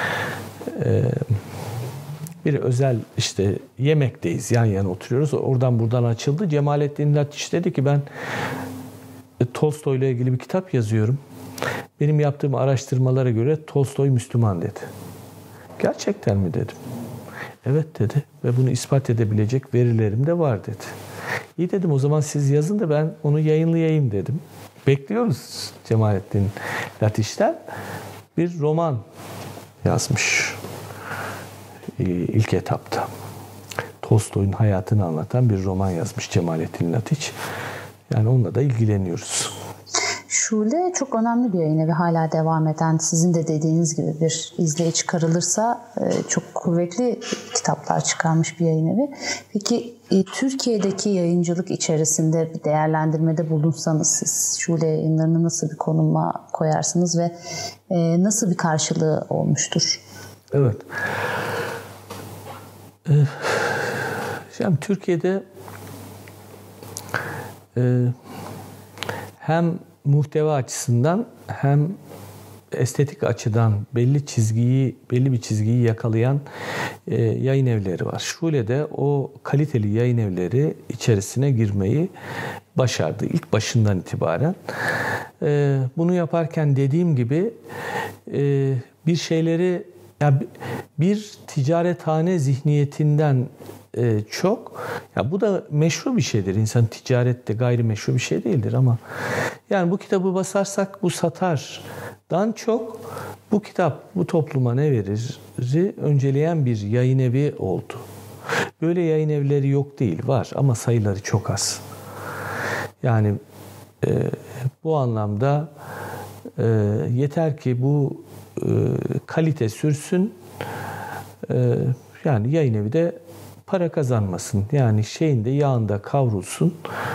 bir özel işte yemekteyiz, yan yana oturuyoruz. Oradan buradan açıldı. Cemalettin Latiç dedi ki ben Tolstoy ile ilgili bir kitap yazıyorum. Benim yaptığım araştırmalara göre Tolstoy Müslüman dedi. Gerçekten mi dedim. Evet dedi ve bunu ispat edebilecek verilerim de var dedi. İyi dedim, o zaman siz yazın da ben onu yayınlayayım dedim. Bekliyoruz Cemalettin Latiç'ten. Bir roman yazmış ilk etapta. Tolstoy'un hayatını anlatan bir roman yazmış Cemalettin Latiç. Yani onunla da ilgileniyoruz. Şule çok önemli bir yayın evi, hala devam eden, sizin de dediğiniz gibi bir izleyici çıkarılırsa çok kuvvetli kitaplar çıkarmış bir yayın evi. Peki Türkiye'deki yayıncılık içerisinde bir değerlendirmede bulunsanız siz Şule Yayınları'nı nasıl bir konuma koyarsınız ve nasıl bir karşılığı olmuştur? Evet. Şimdi Türkiye'de hem muhteva açısından hem estetik açıdan belli bir çizgiyi yakalayan yayın evleri var. Şule'de o kaliteli yayın evleri içerisine girmeyi başardı ilk başından itibaren. Bunu yaparken dediğim gibi bir şeyleri, yani bir ticarethane zihniyetinden çok, ya bu da meşru bir şeydir. İnsan ticarette gayrimeşru bir şey değildir ama yani bu kitabı basarsak bu satardan çok bu kitap bu topluma ne verir önceleyen bir yayın evi oldu. Böyle yayın evleri yok değil, var ama sayıları çok az. Yani bu anlamda yeter ki bu kalite sürsün, yani yayın evi de para kazanmasın. Yani şeyinde yağında kavrulsun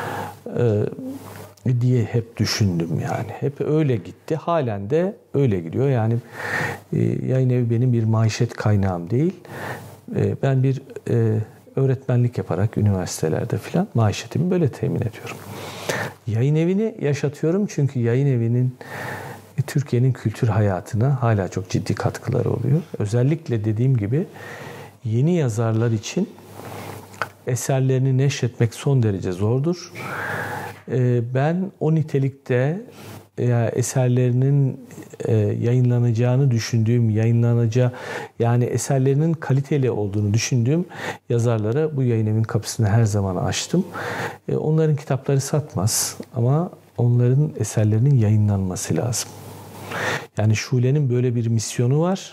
diye hep düşündüm yani. Hep öyle gitti. Halen de öyle gidiyor. Yani yayın evi benim bir maişet kaynağım değil. Ben bir öğretmenlik yaparak üniversitelerde filan maişetimi böyle temin ediyorum. Yayın evini yaşatıyorum çünkü yayın evinin Türkiye'nin kültür hayatına hala çok ciddi katkıları oluyor. Özellikle dediğim gibi yeni yazarlar için eserlerini neşretmek son derece zordur. Ben o nitelikte eserlerinin yayınlanacağını düşündüğüm, yani eserlerinin kaliteli olduğunu düşündüğüm yazarlara bu yayın evinin kapısını her zaman açtım. Onların kitapları satmaz ama onların eserlerinin yayınlanması lazım. Yani Şule'nin böyle bir misyonu var.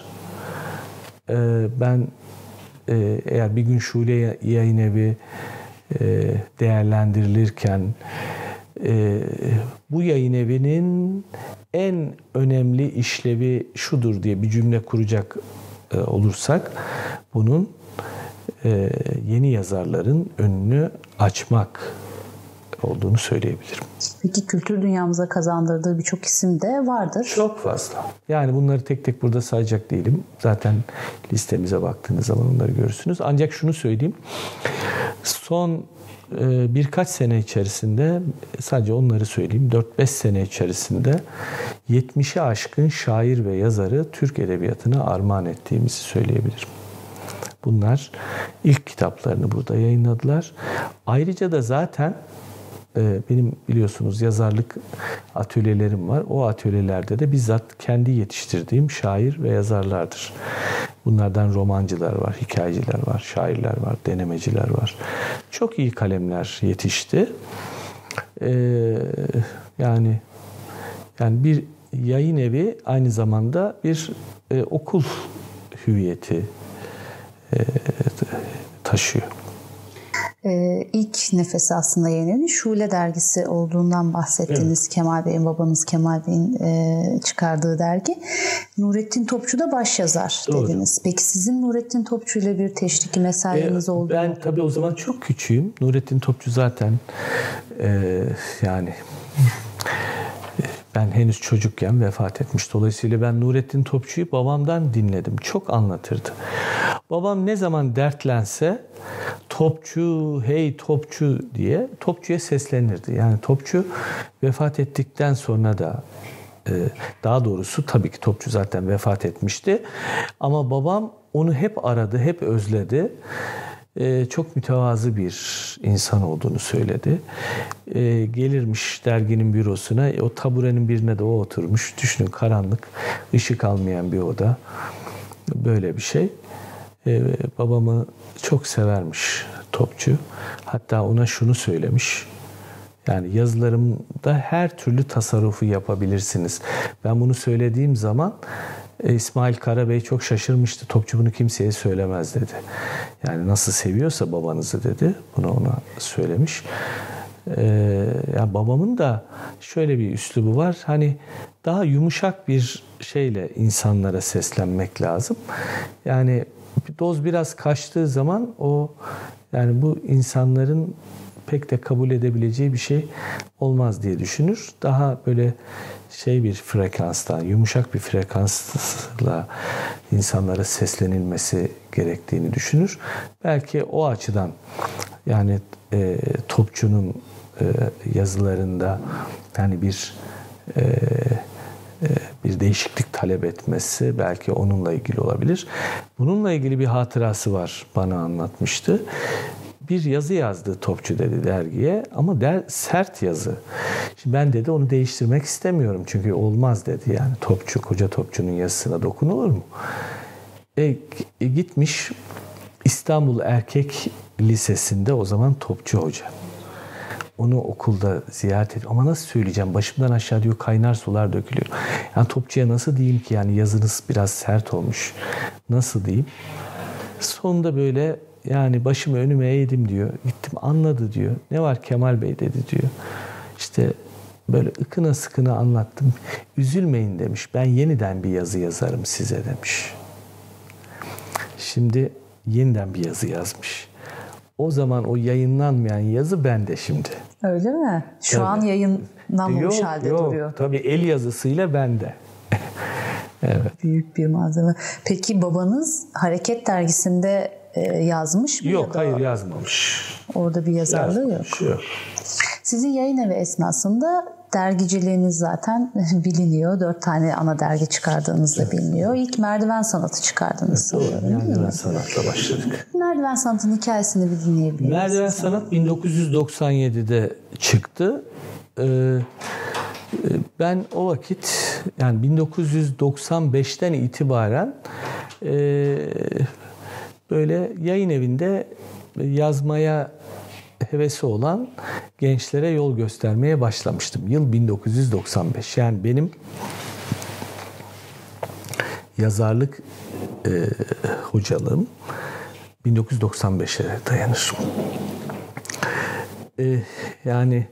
Ben eğer bir gün Şule Yayın Evi değerlendirilirken bu yayın evinin en önemli işlevi şudur diye bir cümle kuracak olursak, bunun yeni yazarların önünü açmak olduğunu söyleyebilirim. Peki kültür dünyamıza kazandırdığı birçok isim de vardır. Çok fazla. Yani bunları tek tek burada sayacak değilim. Zaten listemize baktığınız zaman onları görürsünüz. Ancak şunu söyleyeyim. Son birkaç sene içerisinde, sadece onları söyleyeyim, 4-5 sene içerisinde 70'e aşkın şair ve yazarı Türk Edebiyatı'na armağan ettiğimizi söyleyebilirim. Bunlar ilk kitaplarını burada yayınladılar. Ayrıca da zaten benim biliyorsunuz yazarlık atölyelerim var. O atölyelerde de bizzat kendi yetiştirdiğim şair ve yazarlardır. Bunlardan romancılar var, hikayeciler var, şairler var, denemeciler var. Çok iyi kalemler yetişti. Yani bir yayın evi aynı zamanda bir okul hüviyeti taşıyor. İlk nefesi aslında yayın evi Şule dergisi olduğundan bahsettiniz. Evet. Kemal Bey'in, babanız Kemal Bey'in çıkardığı dergi. Nurettin Topçu da başyazar dediniz. Peki sizin Nurettin Topçu ile bir teşviki mesainiz oldu mu? Ben tabii o zaman çok küçüğüm. Nurettin Topçu zaten ben henüz çocukken vefat etmiş. Dolayısıyla ben Nurettin Topçu'yu babamdan dinledim. Çok anlatırdı. Babam ne zaman dertlense Topçu, hey Topçu diye Topçu'ya seslenirdi. Yani Topçu vefat ettikten sonra da daha doğrusu tabii ki Topçu zaten vefat etmişti. Ama babam onu hep aradı, hep özledi. Çok mütevazı bir insan olduğunu söyledi. Gelirmiş derginin bürosuna, o taburenin birine de o oturmuş. Düşünün, karanlık, ışık almayan bir oda. Böyle bir şey. Babamı çok severmiş Topçu. Hatta ona şunu söylemiş. Yani yazılarımda her türlü tasarrufu yapabilirsiniz. Ben bunu söylediğim zaman İsmail Karabey çok şaşırmıştı. Topçu bunu kimseye söylemez dedi. Yani nasıl seviyorsa babanızı dedi. Bunu ona söylemiş. Yani babamın da şöyle bir üslubu var. Hani daha yumuşak bir şeyle insanlara seslenmek lazım. Yani doz biraz kaçtığı zaman yani bu insanların pek de kabul edebileceği bir şey olmaz diye düşünür. Daha böyle bir frekanstan, yumuşak bir frekansla insanlara seslenilmesi gerektiğini düşünür. Belki o açıdan yani Topçu'nun yazılarında yani bir değişiklik talep etmesi belki onunla ilgili olabilir. Bununla ilgili bir hatırası var, bana anlatmıştı. Bir yazı yazdı Topçu dedi dergiye ama sert yazı. Şimdi ben dedi onu değiştirmek istemiyorum çünkü olmaz dedi. Yani Topçu, koca Topçu'nun yazısına dokunulur mu? Gitmiş İstanbul Erkek Lisesi'nde o zaman Topçu Hoca. Onu okulda ziyaret ediyor. Ama nasıl söyleyeceğim? Başımdan aşağı diyor kaynar sular dökülüyor. Yani Topçu'ya nasıl diyeyim ki yani yazınız biraz sert olmuş. Nasıl diyeyim? Sonunda böyle yani başımı önüme eğdim diyor. Gittim anladı diyor. Ne var Kemal Bey dedi diyor. İşte böyle ıkına sıkına anlattım. Üzülmeyin demiş. Ben yeniden bir yazı yazarım size demiş. Şimdi yeniden bir yazı yazmış. O zaman o yayınlanmayan yazı bende şimdi. Öyle mi? Şu an yayınlanmamış halde duruyor. Tabii el yazısıyla bende. Evet. Büyük bir malzeme. Peki babanız Hareket dergisinde yazmış mı? Yok, hayır yazmamış. Orada bir yazarlığı yok. Sizin yayın evi esnasında dergiciliğiniz zaten biliniyor. 4 tane ana dergi çıkardığınız da biliniyor. İlk Merdiven Sanatı çıkardınız sanıyorum. Merdiven Sanat'la başladık. Merdiven Sanat'ın hikayesini bir dinleyebilir miyiz? Merdiven Sanat 1997'de çıktı. Ben o vakit yani 1995'ten itibaren böyle yayın evinde yazmaya hevesi olan gençlere yol göstermeye başlamıştım. Yıl 1995. Yani benim yazarlık hocalığım 1995'e dayanır. Yani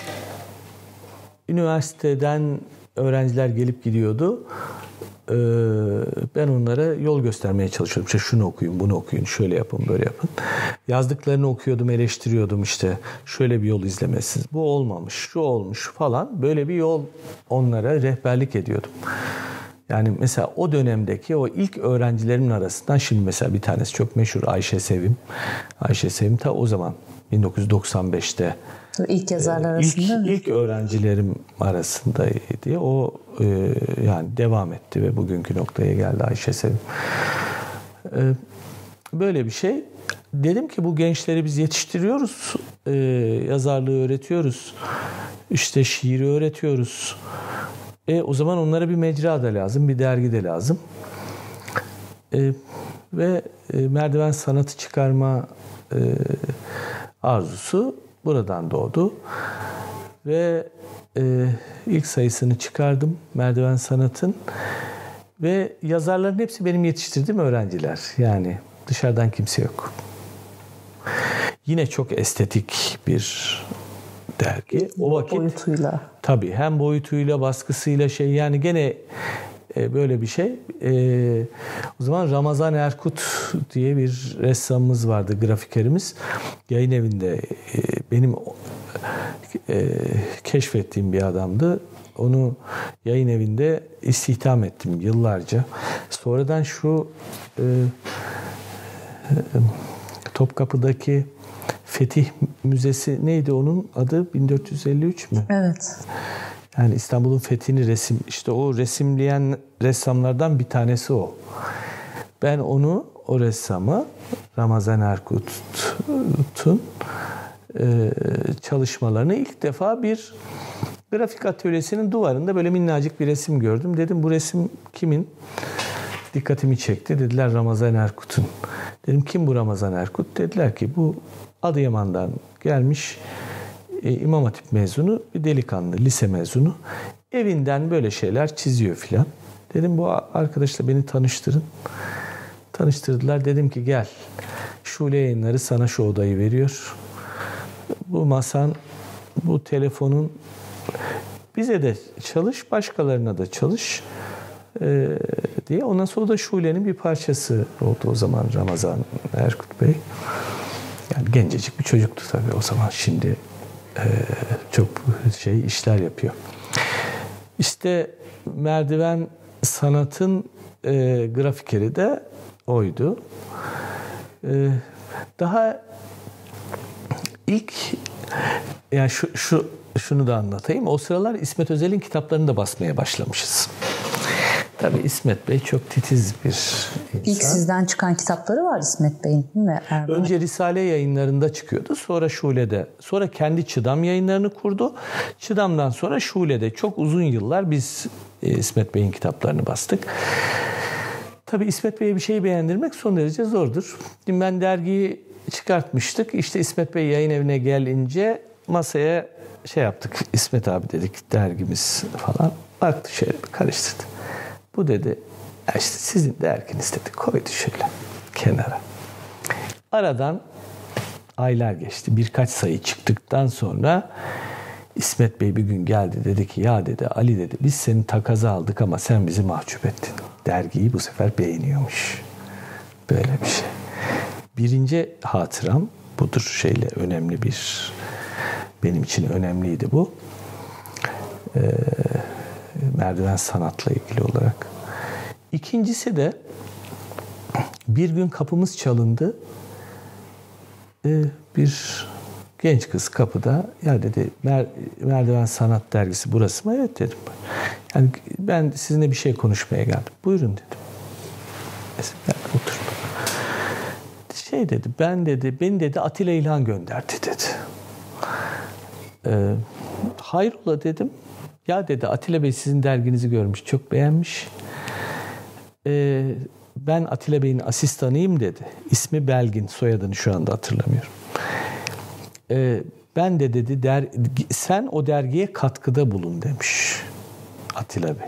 üniversiteden öğrenciler gelip gidiyordu. Ben onlara yol göstermeye çalışıyordum. İşte şunu okuyun, bunu okuyun, şöyle yapın, böyle yapın. Yazdıklarını okuyordum, eleştiriyordum işte. Şöyle bir yol izlemesiniz. Bu olmamış, şu olmuş falan. Böyle bir yol onlara rehberlik ediyordum. Yani mesela o dönemdeki o ilk öğrencilerimin arasından şimdi mesela bir tanesi çok meşhur Ayşe Sevim. Ayşe Sevim ta o zaman 1995'te İlk yazarlar arasında mı? İlk öğrencilerim arasındaydı. O yani devam etti ve bugünkü noktaya geldi Ayşe Sevim. Böyle bir şey. Dedim ki bu gençleri biz yetiştiriyoruz. Yazarlığı öğretiyoruz. İşte şiiri öğretiyoruz. O zaman onlara bir mecra da lazım, bir dergi de lazım. Ve merdiven sanatı çıkarma arzusu buradan doğdu. Ve ilk sayısını çıkardım Merdiven Sanat'ın. Ve yazarların hepsi benim yetiştirdiğim öğrenciler. Yani dışarıdan kimse yok. Yine çok estetik bir dergi. O vakit boyutuyla. Tabii hem boyutuyla, baskısıyla yani gene böyle bir şey. O zaman Ramazan Erkut diye bir ressamımız vardı, grafikerimiz. Yayın evinde benim keşfettiğim bir adamdı. Onu yayın evinde istihdam ettim yıllarca. Sonradan şu Topkapı'daki Fetih Müzesi neydi onun adı? 1453 mü? Evet. Yani İstanbul'un fethini işte o resimleyen ressamlardan bir tanesi o. Ben o ressamı Ramazan Erkut'un çalışmalarını ilk defa bir grafik atölyesinin duvarında böyle minnacık bir resim gördüm. Dedim bu resim kimin? Dikkatimi çekti. Dediler Ramazan Erkut'un. Dedim kim bu Ramazan Erkut? Dediler ki bu Adıyaman'dan gelmiş İmam Hatip mezunu bir delikanlı, lise mezunu. Evinden böyle şeyler çiziyor filan. Dedim bu arkadaşla beni tanıştırın. Tanıştırdılar. Dedim ki gel. Şule Yayınları sana şu odayı veriyor. Bu masan, bu telefonun bize de çalış, başkalarına da çalış diye. Ondan sonra da Şule'nin bir parçası oldu o zaman Ramazan Erkut Bey. Yani gencecik bir çocuktu tabii o zaman. Şimdi çok işler yapıyor. İşte Merdiven Sanat'ın grafikeri de oydu. Daha ilk yani şunu da anlatayım. O sıralar İsmet Özel'in kitaplarını da basmaya başlamışız. Tabii İsmet Bey çok titiz bir insan. İlk sizden çıkan kitapları var İsmet Bey'in değil mi? Önce Risale Yayınları'nda çıkıyordu. Sonra Şule'de. Sonra kendi Çıdam Yayınları'nı kurdu. Çıdam'dan sonra Şule'de çok uzun yıllar biz İsmet Bey'in kitaplarını bastık. Tabii İsmet Bey'e bir şey beğendirmek son derece zordur. Şimdi ben dergiyi çıkartmıştık. İşte İsmet Bey yayın evine gelince masaya yaptık. İsmet abi dedik dergimiz falan. Baktı şöyle karıştırdı. Bu dedi işte sizin derginiz dedi. Koydu şöyle kenara. Aradan aylar geçti. Birkaç sayı çıktıktan sonra İsmet Bey bir gün geldi. Dedi ki ya dedi Ali dedi biz seni takaza aldık ama sen bizi mahcup ettin. Dergiyi bu sefer beğeniyormuş. Böyle bir şey. Birinci hatıram budur. Önemli bir benim için önemliydi bu. Merdiven sanatla ilgili olarak. İkincisi de bir gün kapımız çalındı. Bir genç kız kapıda ya dedi Merdiven Sanat Dergisi burası mı? Evet dedim. Yani ben sizinle bir şey konuşmaya geldim. Buyurun dedim. Yani otur. Dedi beni dedi Atilla İlhan gönderdi dedi. Hayrola dedim. Ya dedi, Atilla Bey sizin derginizi görmüş, çok beğenmiş. Ben Atilla Bey'in asistanıyım dedi. İsmi Belgin, soyadını şu anda hatırlamıyorum. Ben de dedi, sen o dergiye katkıda bulun demiş Atilla Bey.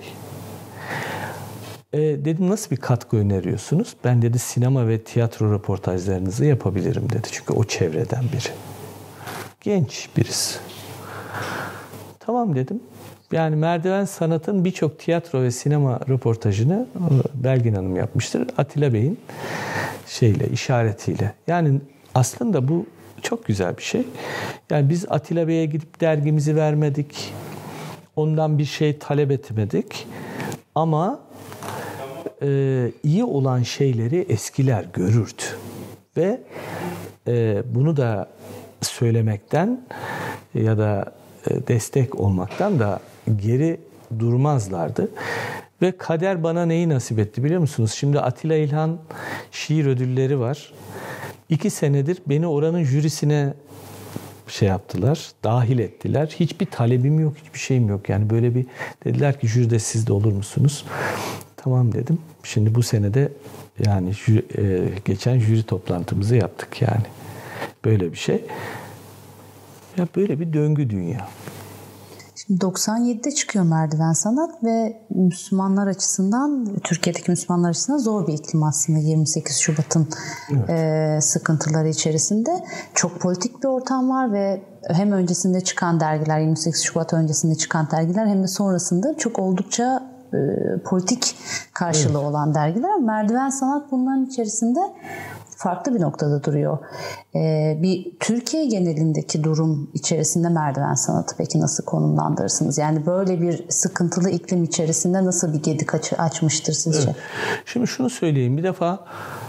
Dedim nasıl bir katkı öneriyorsunuz? Ben dedi sinema ve tiyatro röportajlarınızı yapabilirim dedi. Çünkü o çevreden biri. Genç birisi. Tamam dedim. Yani Merdiven Sanat'ın birçok tiyatro ve sinema röportajını Belgin Hanım yapmıştır. Atilla Bey'in işaretiyle. Yani aslında bu çok güzel bir şey. Yani biz Atilla Bey'e gidip dergimizi vermedik. Ondan bir şey talep etmedik. Ama iyi olan şeyleri eskiler görürdü. Ve bunu da söylemekten ya da destek olmaktan da geri durmazlardı. Ve kader bana neyi nasip etti biliyor musunuz? Şimdi Atilla İlhan şiir ödülleri var. 2 senedir beni oranın jürisine yaptılar, dahil ettiler. Hiçbir talebim yok, hiçbir şeyim yok. Yani böyle bir dediler ki jüride siz de olur musunuz? Tamam dedim. Şimdi bu senede yani geçen jüri toplantımızı yaptık yani. Böyle bir şey. Ya böyle bir döngü dünya. Şimdi 97'de çıkıyor Merdiven Sanat ve Müslümanlar açısından, Türkiye'deki Müslümanlar açısından zor bir iklim aslında 28 Şubat'ın sıkıntıları içerisinde. Çok politik bir ortam var ve hem öncesinde çıkan dergiler, 28 Şubat öncesinde çıkan dergiler hem de sonrasında çok oldukça politik karşılığı olan dergiler. Merdiven Sanat bunların içerisinde farklı bir noktada duruyor. Bir Türkiye genelindeki durum içerisinde Merdiven Sanatı peki nasıl konumlandırırsınız? Yani böyle bir sıkıntılı iklim içerisinde nasıl bir gedik açmıştır sizce? Evet. Şimdi şunu söyleyeyim. Bir defa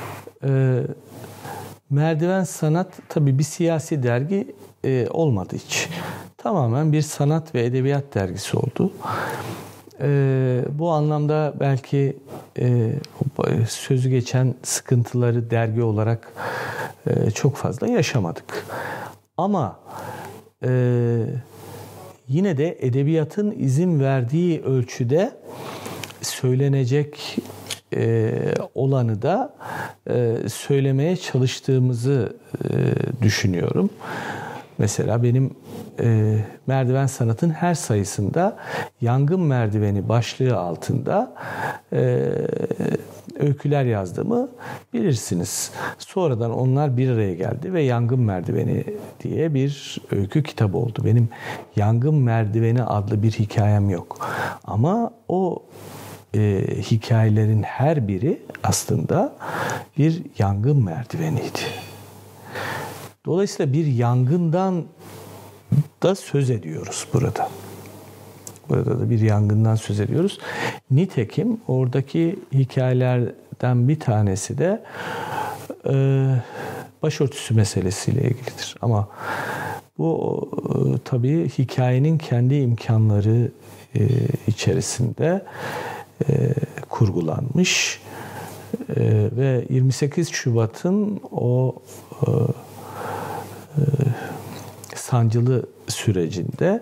Merdiven Sanat tabii bir siyasi dergi olmadı hiç. Tamamen bir sanat ve edebiyat dergisi oldu. Bu anlamda belki sözü geçen sıkıntıları dergi olarak çok fazla yaşamadık. Ama yine de edebiyatın izin verdiği ölçüde söylenecek olanı da söylemeye çalıştığımızı düşünüyorum. Mesela benim Merdiven Sanat'ın her sayısında Yangın Merdiveni başlığı altında öyküler yazdığımı bilirsiniz. Sonradan onlar bir araya geldi ve Yangın Merdiveni diye bir öykü kitabı oldu. Benim Yangın Merdiveni adlı bir hikayem yok. Ama o hikayelerin her biri aslında bir yangın merdiveniydi. Dolayısıyla bir yangından da söz ediyoruz burada. Burada da bir yangından söz ediyoruz. Nitekim oradaki hikayelerden bir tanesi de başörtüsü meselesiyle ilgilidir. Ama bu tabii hikayenin kendi imkanları içerisinde kurgulanmış ve 28 Şubat'ın o sancılı sürecinde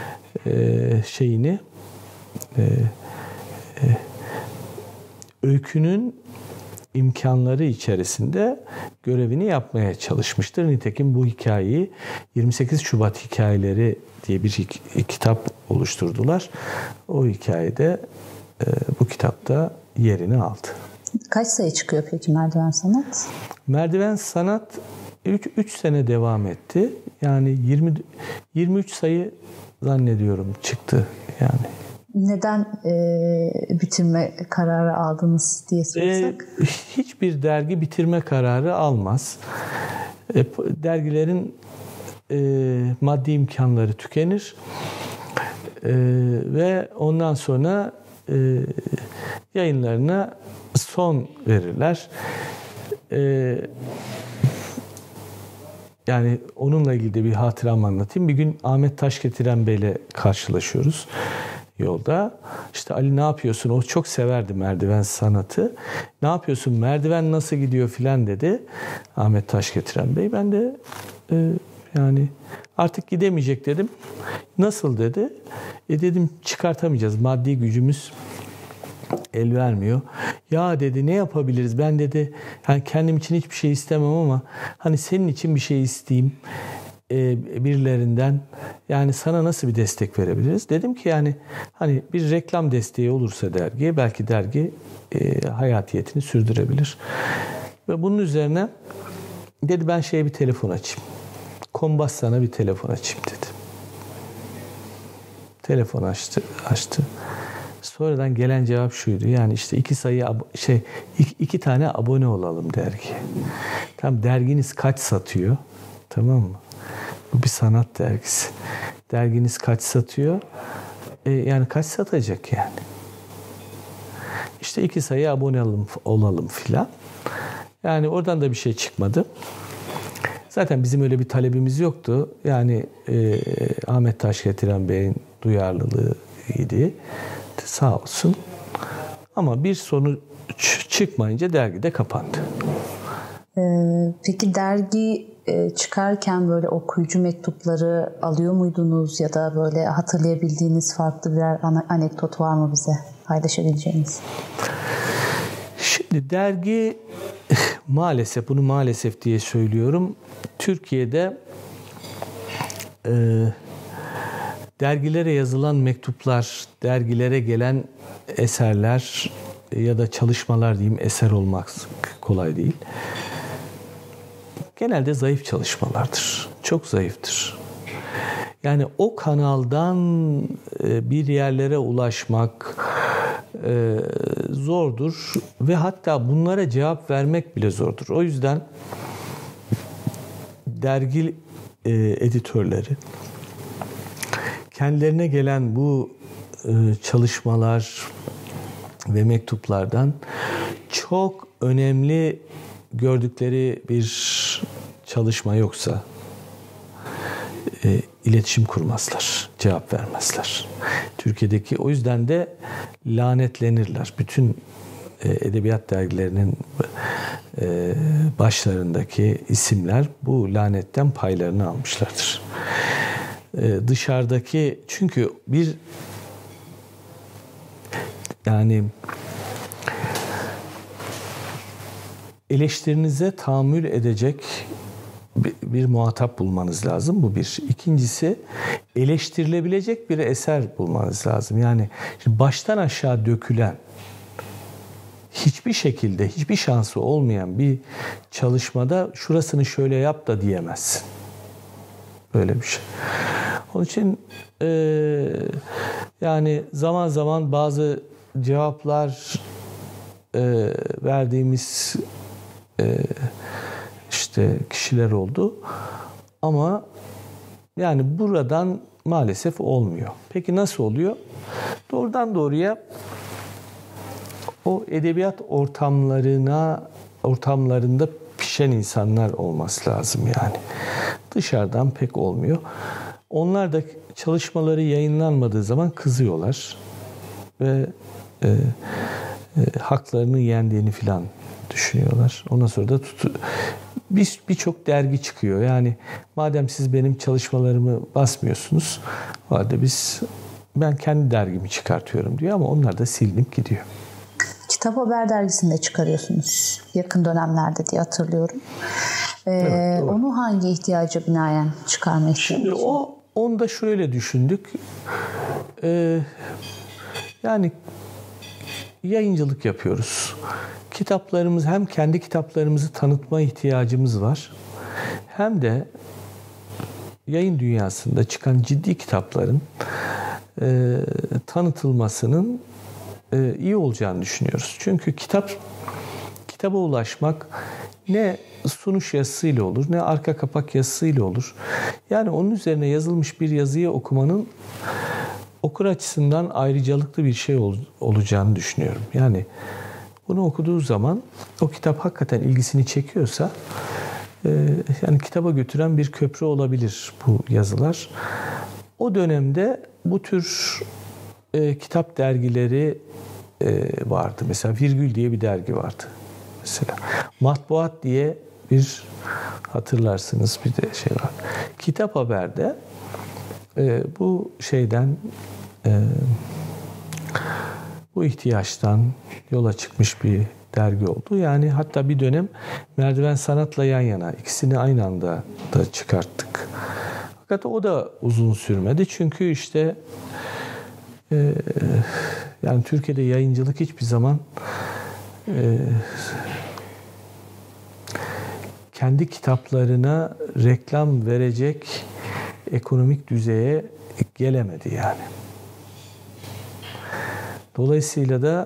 öykünün imkanları içerisinde görevini yapmaya çalışmıştır. Nitekim bu hikayeyi 28 Şubat Hikayeleri diye bir kitap oluşturdular. O hikayede bu kitapta yerini aldı. Kaç sayı çıkıyor peki Merdiven Sanat? Merdiven Sanat 3 sene devam etti. Yani 23 sayı zannediyorum çıktı yani. Neden bitirme kararı aldınız diye sorsak? Hiçbir dergi bitirme kararı almaz. Dergilerin maddi imkanları tükenir ve ondan sonra yayınlarına son verirler. Yani onunla ilgili de bir hatıramı anlatayım. Bir gün Ahmet Taşgetiren Bey'le karşılaşıyoruz yolda. İşte Ali ne yapıyorsun? O çok severdi Merdiven Sanatı. Ne yapıyorsun? Merdiven nasıl gidiyor filan dedi Ahmet Taşgetiren Bey. Ben de Yani artık gidemeyecek dedim. Nasıl dedi? Dedim çıkartamayacağız. Maddi gücümüz el vermiyor. Ya dedi ne yapabiliriz? Ben dedi yani kendim için hiçbir şey istemem ama hani senin için bir şey isteyeyim birilerinden. Yani sana nasıl bir destek verebiliriz? Dedim ki yani hani bir reklam desteği olursa dergiye belki dergi hayatiyetini sürdürebilir. Ve bunun üzerine dedi ben bir telefon açayım. Kombassan'a bir telefon açayım dedi. Telefon açtı. Sonradan gelen cevap şuydu. Yani işte 2 tane abone olalım dergiye. Tam derginiz kaç satıyor? Tamam mı? Bu bir sanat dergisi. Derginiz kaç satıyor? Yani kaç satacak yani? İşte 2 sayı abone olalım filan. Yani oradan da bir şey çıkmadı. Zaten bizim öyle bir talebimiz yoktu. Yani Ahmet Taş getiren Bey'in duyarlılığı idi. Sağ olsun. Ama bir sonuç çıkmayınca dergi de kapandı. Peki dergi çıkarken böyle okuyucu mektupları alıyor muydunuz ya da böyle hatırlayabildiğiniz farklı birer anekdot var mı bize paylaşabileceğiniz? Şimdi dergi maalesef, bunu maalesef diye söylüyorum. Türkiye'de dergilere yazılan mektuplar, dergilere gelen eserler ya da çalışmalar diyeyim, eser olmak kolay değil. Genelde zayıf çalışmalardır. Çok zayıftır. Yani o kanaldan bir yerlere ulaşmak zordur ve hatta bunlara cevap vermek bile zordur. O yüzden dergi editörleri kendilerine gelen bu çalışmalar ve mektuplardan çok önemli gördükleri bir çalışma yoksa iletişim kurmazlar, cevap vermezler. Türkiye'deki o yüzden de lanetlenirler. Bütün edebiyat dergilerinin başlarındaki isimler bu lanetten paylarını almışlardır. Dışarıdaki çünkü yani eleştirinize tahammül edecek bir muhatap bulmanız lazım. Bu bir. İkincisi eleştirilebilecek bir eser bulmanız lazım. Yani baştan aşağı dökülen hiçbir şekilde hiçbir şansı olmayan bir çalışmada şurasını şöyle yap da diyemezsin. Böyle bir şey. Onun için yani zaman zaman bazı cevaplar verdiğimiz kişiler oldu. Ama yani buradan maalesef olmuyor. Peki nasıl oluyor? Doğrudan doğruya o edebiyat ortamlarında pişen insanlar olması lazım yani. Dışarıdan pek olmuyor. Onlar da çalışmaları yayınlanmadığı zaman kızıyorlar ve haklarını yendiğini filan düşünüyorlar. Ondan sonra da birçok dergi çıkıyor. Yani madem siz benim çalışmalarımı basmıyorsunuz, o halde ben kendi dergimi çıkartıyorum diyor ama onlar da silinip gidiyor. Kitap Haber dergisinde çıkarıyorsunuz yakın dönemlerde diye hatırlıyorum. Evet, onu hangi ihtiyaca binaen çıkarmaya ihtiyacı? Şimdi onu da şöyle düşündük. Yani yayıncılık yapıyoruz. Hem kendi kitaplarımızı tanıtma ihtiyacımız var. Hem de yayın dünyasında çıkan ciddi kitapların tanıtılmasının iyi olacağını düşünüyoruz. Çünkü kitaba ulaşmak ne sunuş yazısıyla olur, ne arka kapak yazısıyla olur. Yani onun üzerine yazılmış bir yazıyı okumanın okur açısından ayrıcalıklı bir şey olacağını düşünüyorum. Yani bunu okuduğu zaman o kitap hakikaten ilgisini çekiyorsa yani kitaba götüren bir köprü olabilir bu yazılar. O dönemde bu tür kitap dergileri vardı. Mesela Virgül diye bir dergi vardı. Mesela Matbuat diye bir hatırlarsınız bir de şey var. Kitap Haber'de bu şeyden bu ihtiyaçtan yola çıkmış bir dergi oldu. Yani hatta bir dönem Merdiven Sanat'la yan yana ikisini aynı anda da çıkarttık. Fakat o da uzun sürmedi. Çünkü işte yani Türkiye'de yayıncılık hiçbir zaman kendi kitaplarına reklam verecek ekonomik düzeye gelemedi yani. Dolayısıyla da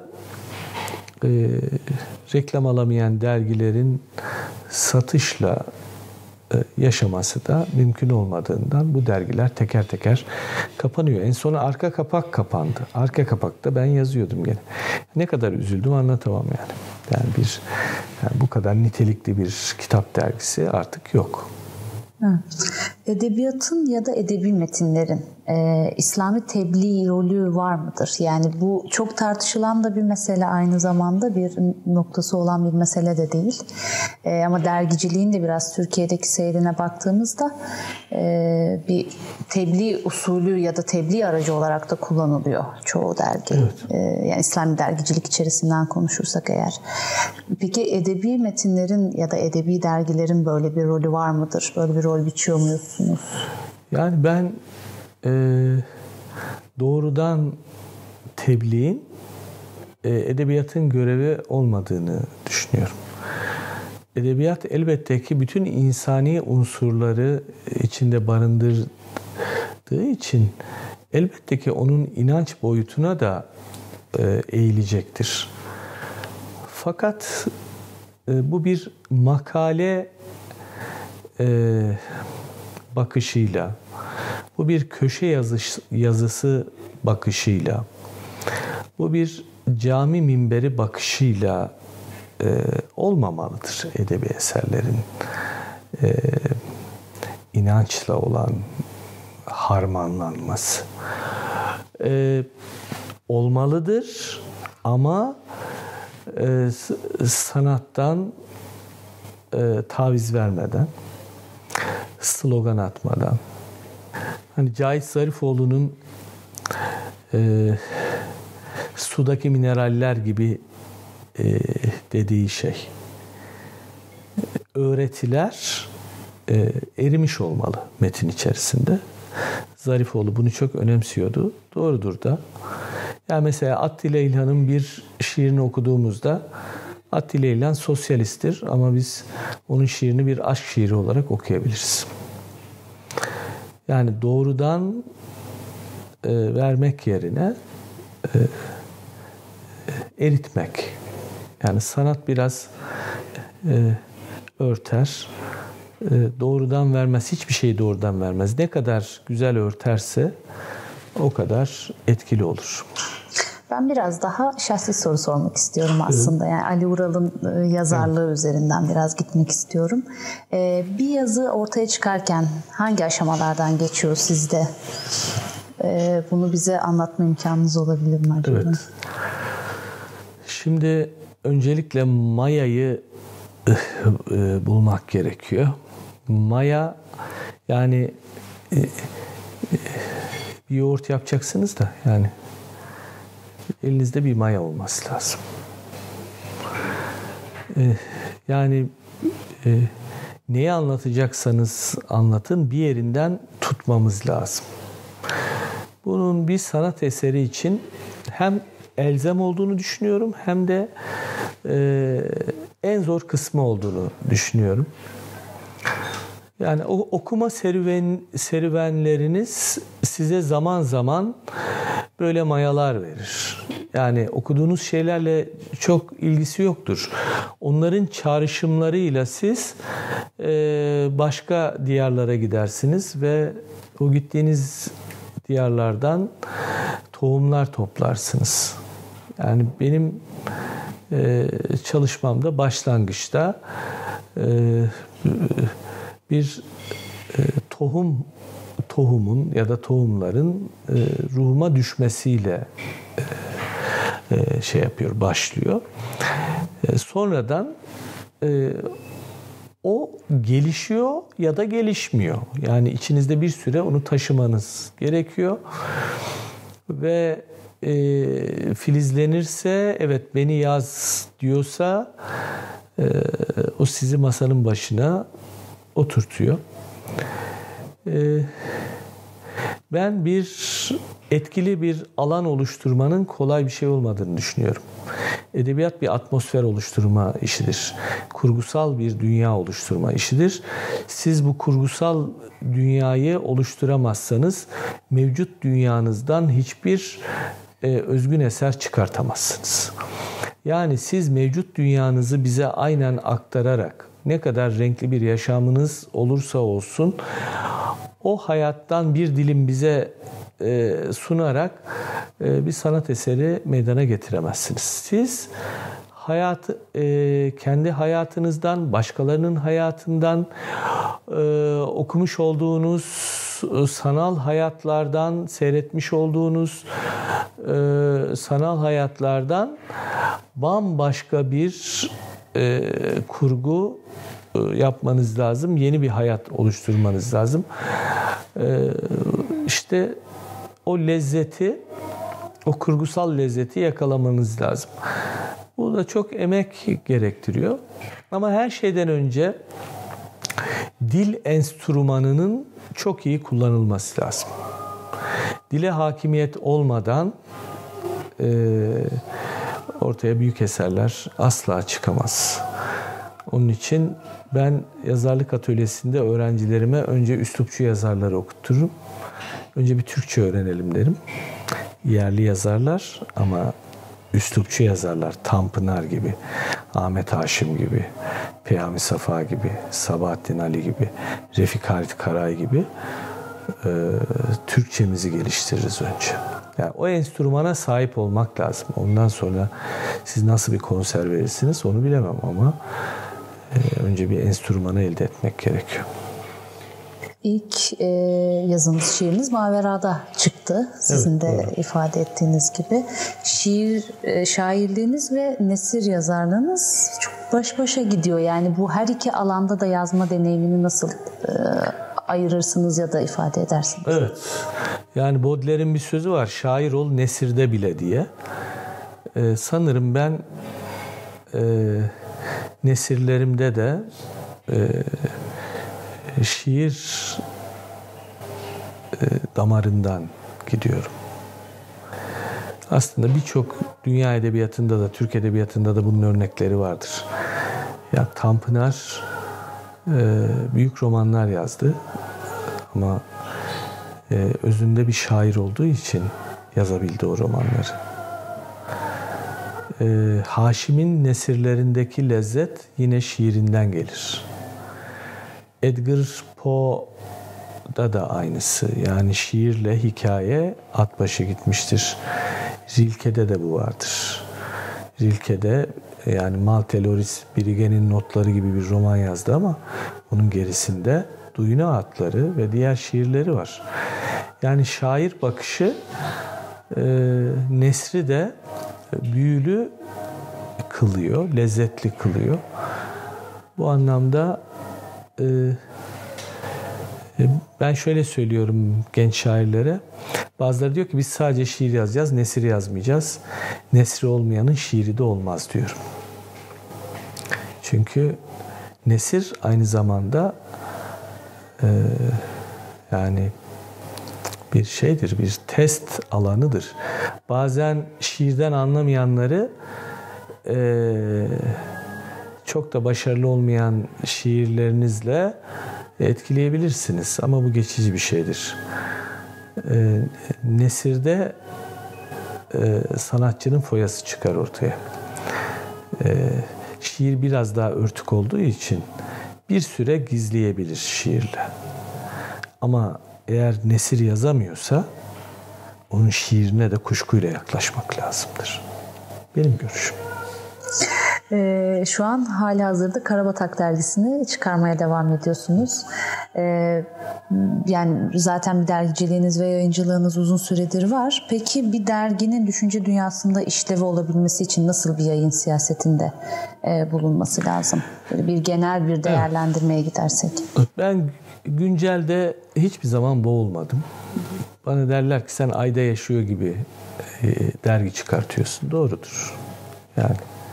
reklam alamayan dergilerin satışla yaşaması da mümkün olmadığından bu dergiler teker teker kapanıyor. En son Arka Kapak kapandı. Arka Kapak'ta ben yazıyordum gene. Ne kadar üzüldüm anlatamam yani. Yani bu kadar nitelikli bir kitap dergisi artık yok. Evet. Edebiyatın ya da edebi metinlerin İslami tebliğ rolü var mıdır? Yani bu çok tartışılan da bir mesele, aynı zamanda bir noktası olan bir mesele de değil. Ama dergiciliğin de biraz Türkiye'deki seyrine baktığımızda bir tebliğ usulü ya da tebliğ aracı olarak da kullanılıyor çoğu dergi. Evet. Yani İslami dergicilik içerisinden konuşursak eğer. Peki edebi metinlerin ya da edebi dergilerin böyle bir rolü var mıdır? Böyle bir rol biçiyor muyuz? Yani ben doğrudan tebliğin edebiyatın görevi olmadığını düşünüyorum. Edebiyat elbette ki bütün insani unsurları içinde barındırdığı için elbette ki onun inanç boyutuna da eğilecektir. Fakat bu bir makale bakışıyla, bu bir köşe yazısı bakışıyla, bu bir cami minberi bakışıyla olmamalıdır edebi eserlerin inançla olan harmanlanması. Olmalıdır ama sanattan taviz vermeden, slogan atmadan. Hani Cahit Zarifoğlu'nun sudaki mineraller gibi dediği şey. Öğretiler erimiş olmalı metin içerisinde. Zarifoğlu bunu çok önemsiyordu. Doğrudur da. Yani mesela Attila İlhan'ın bir şiirini okuduğumuzda Attila İlhan sosyalisttir ama biz onun şiirini bir aşk şiiri olarak okuyabiliriz. Yani doğrudan vermek yerine eritmek. Yani sanat biraz örter. Doğrudan vermez. Hiçbir şey doğrudan vermez. Ne kadar güzel örterse o kadar etkili olur. Ben biraz daha şahsi soru sormak istiyorum aslında. Yani Ali Ural'ın yazarlığı üzerinden biraz gitmek istiyorum. Bir yazı ortaya çıkarken hangi aşamalardan geçiyor sizde? Bunu bize anlatma imkanınız olabilir mi acaba? Evet. Şimdi öncelikle mayayı bulmak gerekiyor. Maya yani bir yoğurt yapacaksınız da yani elinizde bir maya olması lazım. Yani neyi anlatacaksanız anlatın, bir yerinden tutmamız lazım. Bunun bir sanat eseri için hem elzem olduğunu düşünüyorum hem de en zor kısmı olduğunu düşünüyorum. Yani o okuma serüvenleriniz size zaman zaman böyle mayalar verir. Yani okuduğunuz şeylerle çok ilgisi yoktur. Onların çağrışımlarıyla siz başka diyarlara gidersiniz ve o gittiğiniz diyarlardan tohumlar toplarsınız. Yani benim çalışmamda başlangıçta bir tohumun ya da tohumların ruhuma düşmesiyle başlıyor. Sonradan o gelişiyor ya da gelişmiyor. Yani içinizde bir süre onu taşımanız gerekiyor. Ve filizlenirse, evet beni yaz diyorsa o sizi masanın başına oturtuyor. Ben etkili bir alan oluşturmanın kolay bir şey olmadığını düşünüyorum. Edebiyat bir atmosfer oluşturma işidir. Kurgusal bir dünya oluşturma işidir. Siz bu kurgusal dünyayı oluşturamazsanız mevcut dünyanızdan hiçbir özgün eser çıkartamazsınız. Yani siz mevcut dünyanızı bize aynen aktararak, ne kadar renkli bir yaşamınız olursa olsun, o hayattan bir dilim bize sunarak bir sanat eseri meydana getiremezsiniz. Siz kendi hayatınızdan, başkalarının hayatından, okumuş olduğunuz sanal hayatlardan, seyretmiş olduğunuz sanal hayatlardan bambaşka bir kurgu yapmanız lazım. Yeni bir hayat oluşturmanız lazım. İşte o lezzeti, o kurgusal lezzeti yakalamanız lazım. Bu da çok emek gerektiriyor. Ama her şeyden önce dil enstrümanının çok iyi kullanılması lazım. Dile hakimiyet olmadan ortaya büyük eserler asla çıkamaz. Onun için ben yazarlık atölyesinde öğrencilerime önce üslupçu yazarları okuttururum. Önce bir Türkçe öğrenelim derim. Yerli yazarlar ama üslupçu yazarlar. Tanpınar gibi, Ahmet Haşim gibi, Peyami Safa gibi, Sabahattin Ali gibi, Refik Halit Karay gibi Türkçemizi geliştiririz önce. Yani o enstrümana sahip olmak lazım. Ondan sonra siz nasıl bir konser verirsiniz onu bilemem ama önce bir enstrümanı elde etmek gerekiyor. İlk yazılmış şiiriniz Mavera'da çıktı. Sizin evet, de doğru. ifade ettiğiniz gibi. Şairliğiniz ve nesir yazarlığınız çok baş başa gidiyor. Yani bu her iki alanda da yazma deneyimini nasıl ayırırsınız ya da ifade edersiniz? Evet. Yani Baudelaire'in bir sözü var. Şair ol nesirde bile diye. Sanırım ben nesirlerimde de şiir damarından gidiyorum. Aslında birçok dünya edebiyatında da, Türk edebiyatında da bunun örnekleri vardır. Ya Tanpınar büyük romanlar yazdı ama özünde bir şair olduğu için yazabildi o romanları. Haşim'in nesirlerindeki lezzet yine şiirinden gelir. Edgar Poe'da da aynısı. Yani şiirle hikaye at başı gitmiştir. Rilke'de de bu vardır. Rilke'de yani Malte Loris Birigen'in notları gibi bir roman yazdı ama onun gerisinde Duyna Atları ve diğer şiirleri var. Yani şair bakışı nesri de büyülü kılıyor, lezzetli kılıyor. Bu anlamda ben şöyle söylüyorum genç şairlere. Bazıları diyor ki biz sadece şiir yazacağız, nesir yazmayacağız. Nesri olmayanın şiiri de olmaz diyorum. Çünkü nesir aynı zamanda yani bir şeydir, bir test alanıdır. Bazen şiirden anlamayanları çok da başarılı olmayan şiirlerinizle etkileyebilirsiniz. Ama bu geçici bir şeydir. Nesirde sanatçının foyası çıkar ortaya. Şiir biraz daha örtük olduğu için bir süre gizleyebilir şiirle. Ama eğer nesir yazamıyorsa onun şiirine de kuşkuyla yaklaşmak lazımdır. Benim görüşüm. Şu an halihazırda Karabatak dergisini çıkarmaya devam ediyorsunuz. Yani zaten bir dergiciliğiniz ve yayıncılığınız uzun süredir var. Peki bir derginin düşünce dünyasında işlevi olabilmesi için nasıl bir yayın siyasetinde bulunması lazım? Böyle bir genel bir değerlendirmeye gidersek. Ben güncelde hiçbir zaman boğulmadım. Bana derler ki sen ayda yaşıyor gibi dergi çıkartıyorsun. Doğrudur. Yani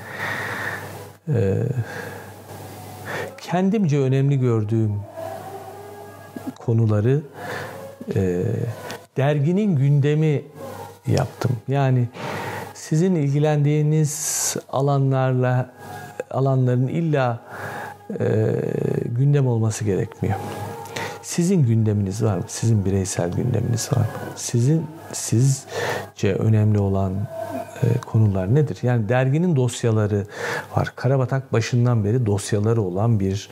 kendimce önemli gördüğüm konuları derginin gündemi yaptım. Yani sizin ilgilendiğiniz alanların illa gündem olması gerekmiyor. Sizin gündeminiz var mı? Sizin bireysel gündeminiz var mı? Sizce önemli olan konular nedir? Yani derginin dosyaları var. Karabatak başından beri dosyaları olan bir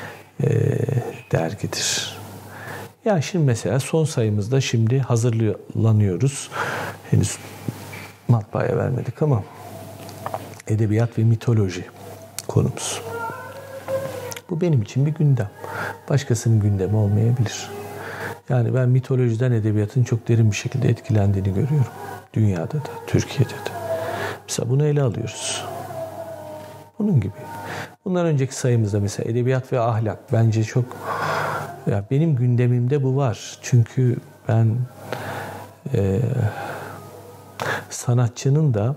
dergidir. Yani şimdi mesela son sayımızda şimdi hazırlanıyoruz. Henüz matbaaya vermedik ama edebiyat ve mitoloji konumuz. Bu benim için bir gündem. Başkasının gündemi olmayabilir. Yani ben mitolojiden edebiyatın çok derin bir şekilde etkilendiğini görüyorum. Dünyada da, Türkiye'de de. Mesela bunu ele alıyoruz. Bunun gibi. Bundan önceki sayımızda mesela edebiyat ve ahlak bence çok... Ya benim gündemimde bu var. Çünkü ben sanatçının da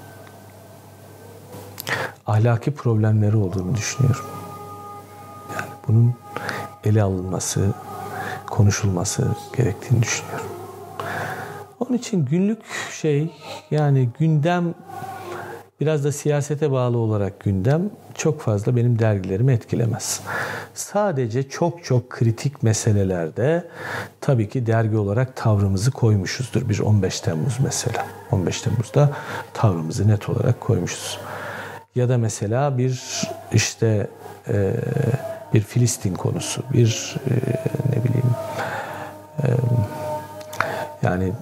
ahlaki problemleri olduğunu düşünüyorum. Yani bunun ele alınması, konuşulması gerektiğini düşünüyorum. Onun için günlük yani gündem biraz da siyasete bağlı olarak gündem çok fazla benim dergilerimi etkilemez. Sadece çok çok kritik meselelerde tabii ki dergi olarak tavrımızı koymuşuzdur. Bir 15 Temmuz mesela. 15 Temmuz'da tavrımızı net olarak koymuşuz. Ya da mesela bir bir Filistin konusu, bir yani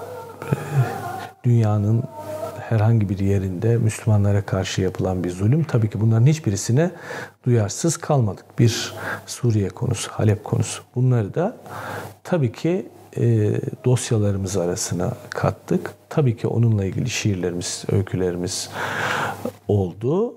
dünyanın herhangi bir yerinde Müslümanlara karşı yapılan bir zulüm. Tabii ki bunların hiçbirisine duyarsız kalmadık. Bir Suriye konusu, Halep konusu. Bunları da tabii ki dosyalarımız arasına kattık. Tabii ki onunla ilgili şiirlerimiz, öykülerimiz oldu.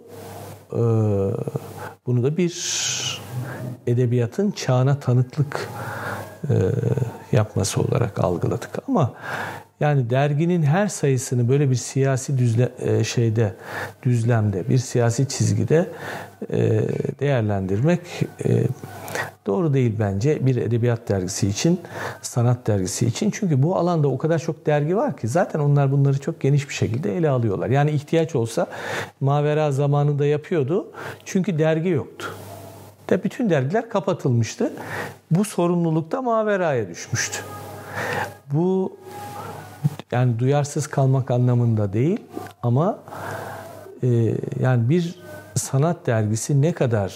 Bunu da bir edebiyatın çağına tanıklık yapması olarak algıladık. Ama yani derginin her sayısını böyle bir siyasi düzlemde, bir siyasi çizgide değerlendirmek doğru değil bence bir edebiyat dergisi için, sanat dergisi için. Çünkü bu alanda o kadar çok dergi var ki zaten onlar bunları çok geniş bir şekilde ele alıyorlar. Yani ihtiyaç olsa Mavera zamanında yapıyordu. Çünkü dergi yoktu. Bütün dergiler kapatılmıştı. Bu sorumluluk da Mavera'ya düşmüştü. Bu yani duyarsız kalmak anlamında değil ama yani bir sanat dergisi ne kadar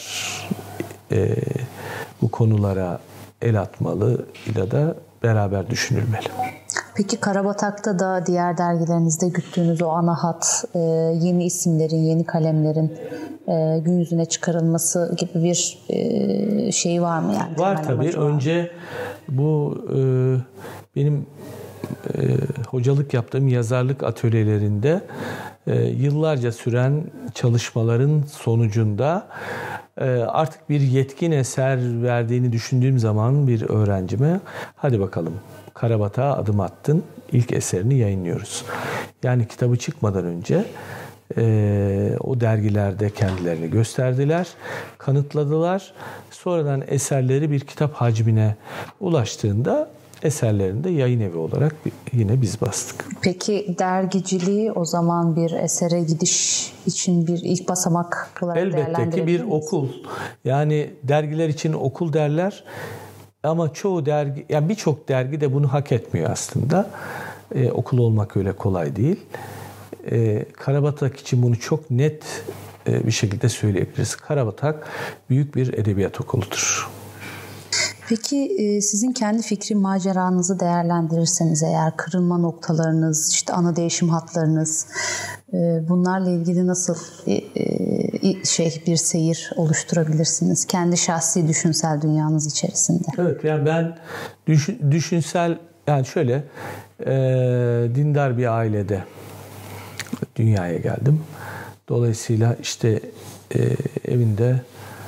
bu konulara el atmalı ile de beraber düşünülmeli. Peki Karabatak'ta da diğer dergilerinizde güttüğünüz o ana hat, yeni isimlerin, yeni kalemlerin gün yüzüne çıkarılması gibi bir şey var mı yani? Var tabii. Önce bu benim hocalık yaptığım yazarlık atölyelerinde yıllarca süren çalışmaların sonucunda artık bir yetkin eser verdiğini düşündüğüm zaman bir öğrencime hadi bakalım Karabatak'a adım attın, ilk eserini yayınlıyoruz. Yani kitabı çıkmadan önce o dergilerde kendilerini gösterdiler, kanıtladılar. Sonradan eserleri bir kitap hacmine ulaştığında eserlerini de yayın evi olarak yine biz bastık. Peki dergiciliği o zaman bir esere gidiş için bir ilk basamak olarak elbette ki bir okul. Yani dergiler için okul derler. Ama çoğu dergi, yani birçok dergi de bunu hak etmiyor aslında. Okul olmak öyle kolay değil. Karabatak için bunu çok net bir şekilde söyleyebiliriz. Karabatak büyük bir edebiyat okuludur. Peki sizin kendi fikri maceranızı değerlendirirseniz eğer, kırılma noktalarınız, işte ana değişim hatlarınız, bunlarla ilgili nasıl bir seyir oluşturabilirsiniz kendi şahsi düşünsel dünyanız içerisinde? Evet, yani ben düşünsel, yani şöyle dindar bir ailede dünyaya geldim. Dolayısıyla işte evinde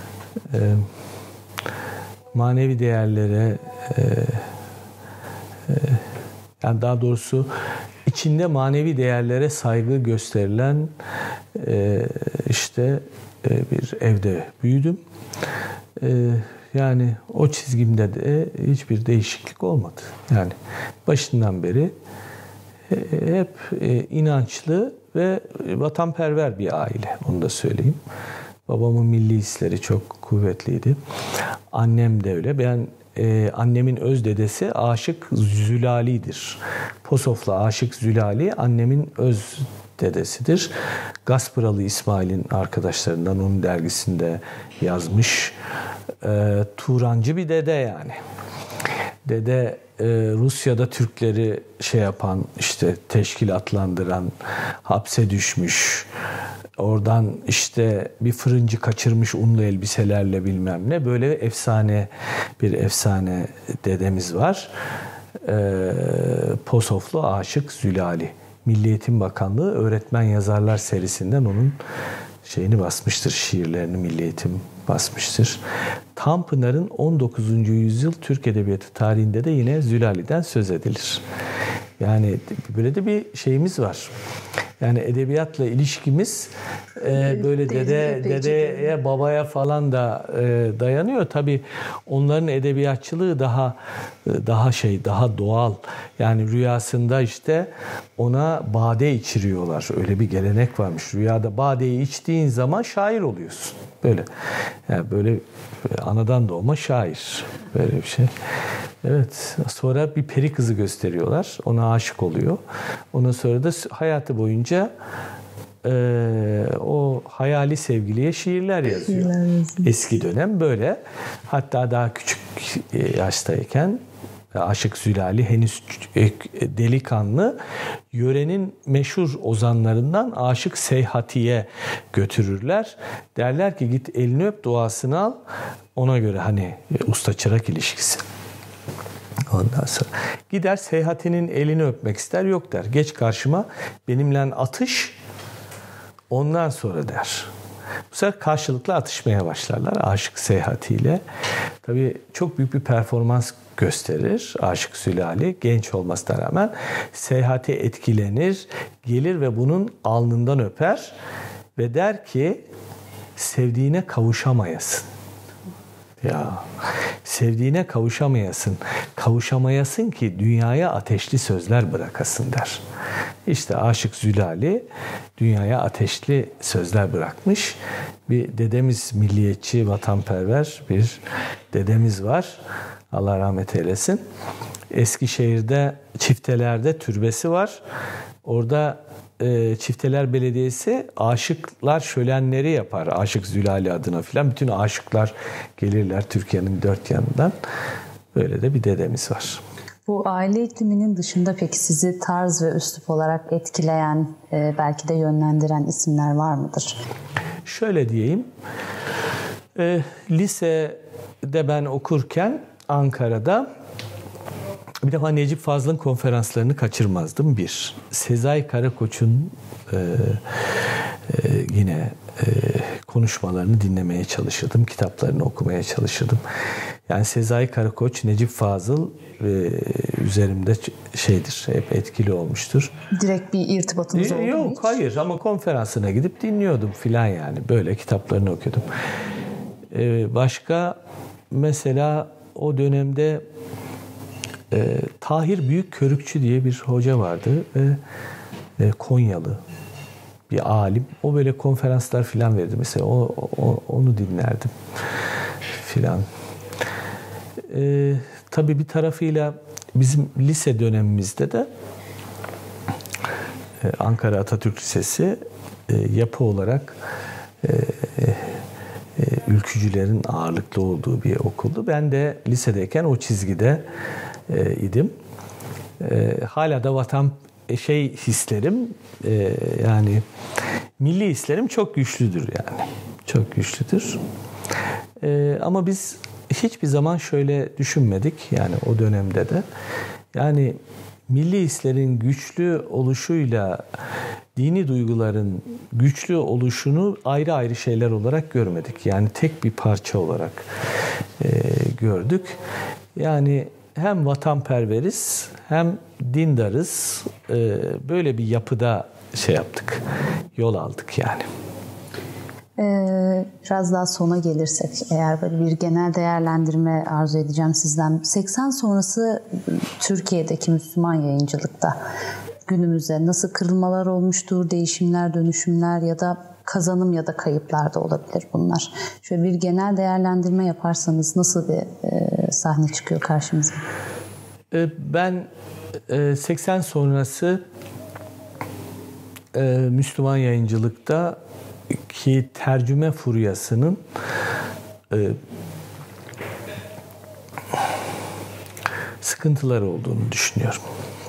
manevi değerlere, yani daha doğrusu içinde manevi değerlere saygı gösterilen bir evde büyüdüm. Yani o çizgimde de hiçbir değişiklik olmadı. Yani başından beri hep inançlı ve vatanperver bir aile, onu da söyleyeyim. Babamın milli hisleri çok kuvvetliydi. Annem de öyle. Ben annemin öz dedesi Aşık Zülali'dir. Posoflu Aşık Zülali annemin öz dedesidir. Gaspıralı İsmail'in arkadaşlarından, onun dergisinde yazmış. Turancı bir dede yani. Dede Rusya'da Türkleri yapan, işte teşkilatlandıran, hapse düşmüş. Oradan işte bir fırıncı kaçırmış unlu elbiselerle bilmem ne. Böyle bir efsane dedemiz var. Posoflu Aşık Zülali. Milli Eğitim Bakanlığı Öğretmen Yazarlar serisinden onun şeyini basmıştır, şiirlerini Milli Eğitim basmıştır. Tanpınar'ın 19. yüzyıl Türk Edebiyatı tarihinde de yine Zülali'den söz edilir. Yani böyle de bir şeyimiz var. Yani edebiyatla ilişkimiz böyle dedeye, babaya falan da dayanıyor. Tabii onların edebiyatçılığı daha doğal. Yani rüyasında işte ona bade içiriyorlar. Öyle bir gelenek varmış. Rüyada badeyi içtiğin zaman şair oluyorsun. Böyle. Yani böyle anadan doğma şair. Böyle bir şey. Evet. Sonra bir peri kızı gösteriyorlar. Ona aşık oluyor. Ondan sonra da hayatı boyunca o hayali sevgiliye şiirler yazıyor. Eski dönem böyle. Hatta daha küçük yaştayken Aşık Zülali henüz delikanlı, yörenin meşhur ozanlarından Aşık Seyhati'ye götürürler. Derler ki git elini öp, duasını al. Ona göre hani usta çırak ilişkisi. Ondan sonra gider Seyhati'nin elini öpmek ister. Yok der. Geç karşıma, benimle atış, ondan sonra der. Bu sefer karşılıklı atışmaya başlarlar Aşık Seyhati ile. Tabii çok büyük bir performans gösterir Aşık Zülali. Genç olmasına rağmen Seyhati etkilenir, gelir ve bunun alnından öper ve der ki sevdiğine kavuşamayasın. Ya sevdiğine kavuşamayasın. Kavuşamayasın ki dünyaya ateşli sözler bırakasın der. İşte Aşık Zülali dünyaya ateşli sözler bırakmış. Bir dedemiz, milliyetçi, vatanperver bir dedemiz var. Allah rahmet eylesin. Eskişehir'de Çifteler'de türbesi var. Orada Çifteler Belediyesi aşıklar şölenleri yapar. Aşık Zülali adına filan. Bütün aşıklar gelirler Türkiye'nin dört yanından. Böyle de bir dedemiz var. Bu aile ikliminin dışında peki sizi tarz ve üslup olarak etkileyen, belki de yönlendiren isimler var mıdır? Şöyle diyeyim. Lisede ben okurken Ankara'da bir defa Necip Fazıl'ın konferanslarını kaçırmazdım. Bir. Sezai Karakoç'un yine konuşmalarını dinlemeye çalışırdım. Kitaplarını okumaya çalışırdım. Yani Sezai Karakoç, Necip Fazıl üzerimde hep etkili olmuştur. Direkt bir irtibatınız oldu mu? Yok, hayır, ama konferansına gidip dinliyordum filan yani. Böyle kitaplarını okuyordum. Başka mesela o dönemde Tahir Büyükkörükçü diye bir hoca vardı ve Konyalı bir alim. O böyle konferanslar filan verdi mesela. Onu dinlerdim filan. Tabii bir tarafıyla bizim lise dönemimizde de Ankara Atatürk Lisesi yapı olarak ülkücülerin ağırlıklı olduğu bir okuldu. Ben de lisedeyken o çizgide idim. Hala da vatan hislerim, yani milli hislerim çok güçlüdür yani. Çok güçlüdür. Ama biz hiçbir zaman şöyle düşünmedik yani o dönemde de. Yani milli hislerin güçlü oluşuyla dini duyguların güçlü oluşunu ayrı ayrı şeyler olarak görmedik. Yani tek bir parça olarak gördük. Yani hem vatanperveriz hem dindarız. Böyle bir yapıda yaptık. Yol aldık yani. Biraz daha sona gelirsek eğer böyle bir genel değerlendirme arzu edeceğim sizden. 80 sonrası Türkiye'deki Müslüman yayıncılıkta günümüzde nasıl kırılmalar olmuştur, değişimler, dönüşümler ya da kazanım ya da kayıplar da olabilir bunlar. Şöyle bir genel değerlendirme yaparsanız nasıl bir sahne çıkıyor karşımıza? Ben 80 sonrası Müslüman yayıncılıkta ki tercüme furyasının sıkıntıları olduğunu düşünüyorum.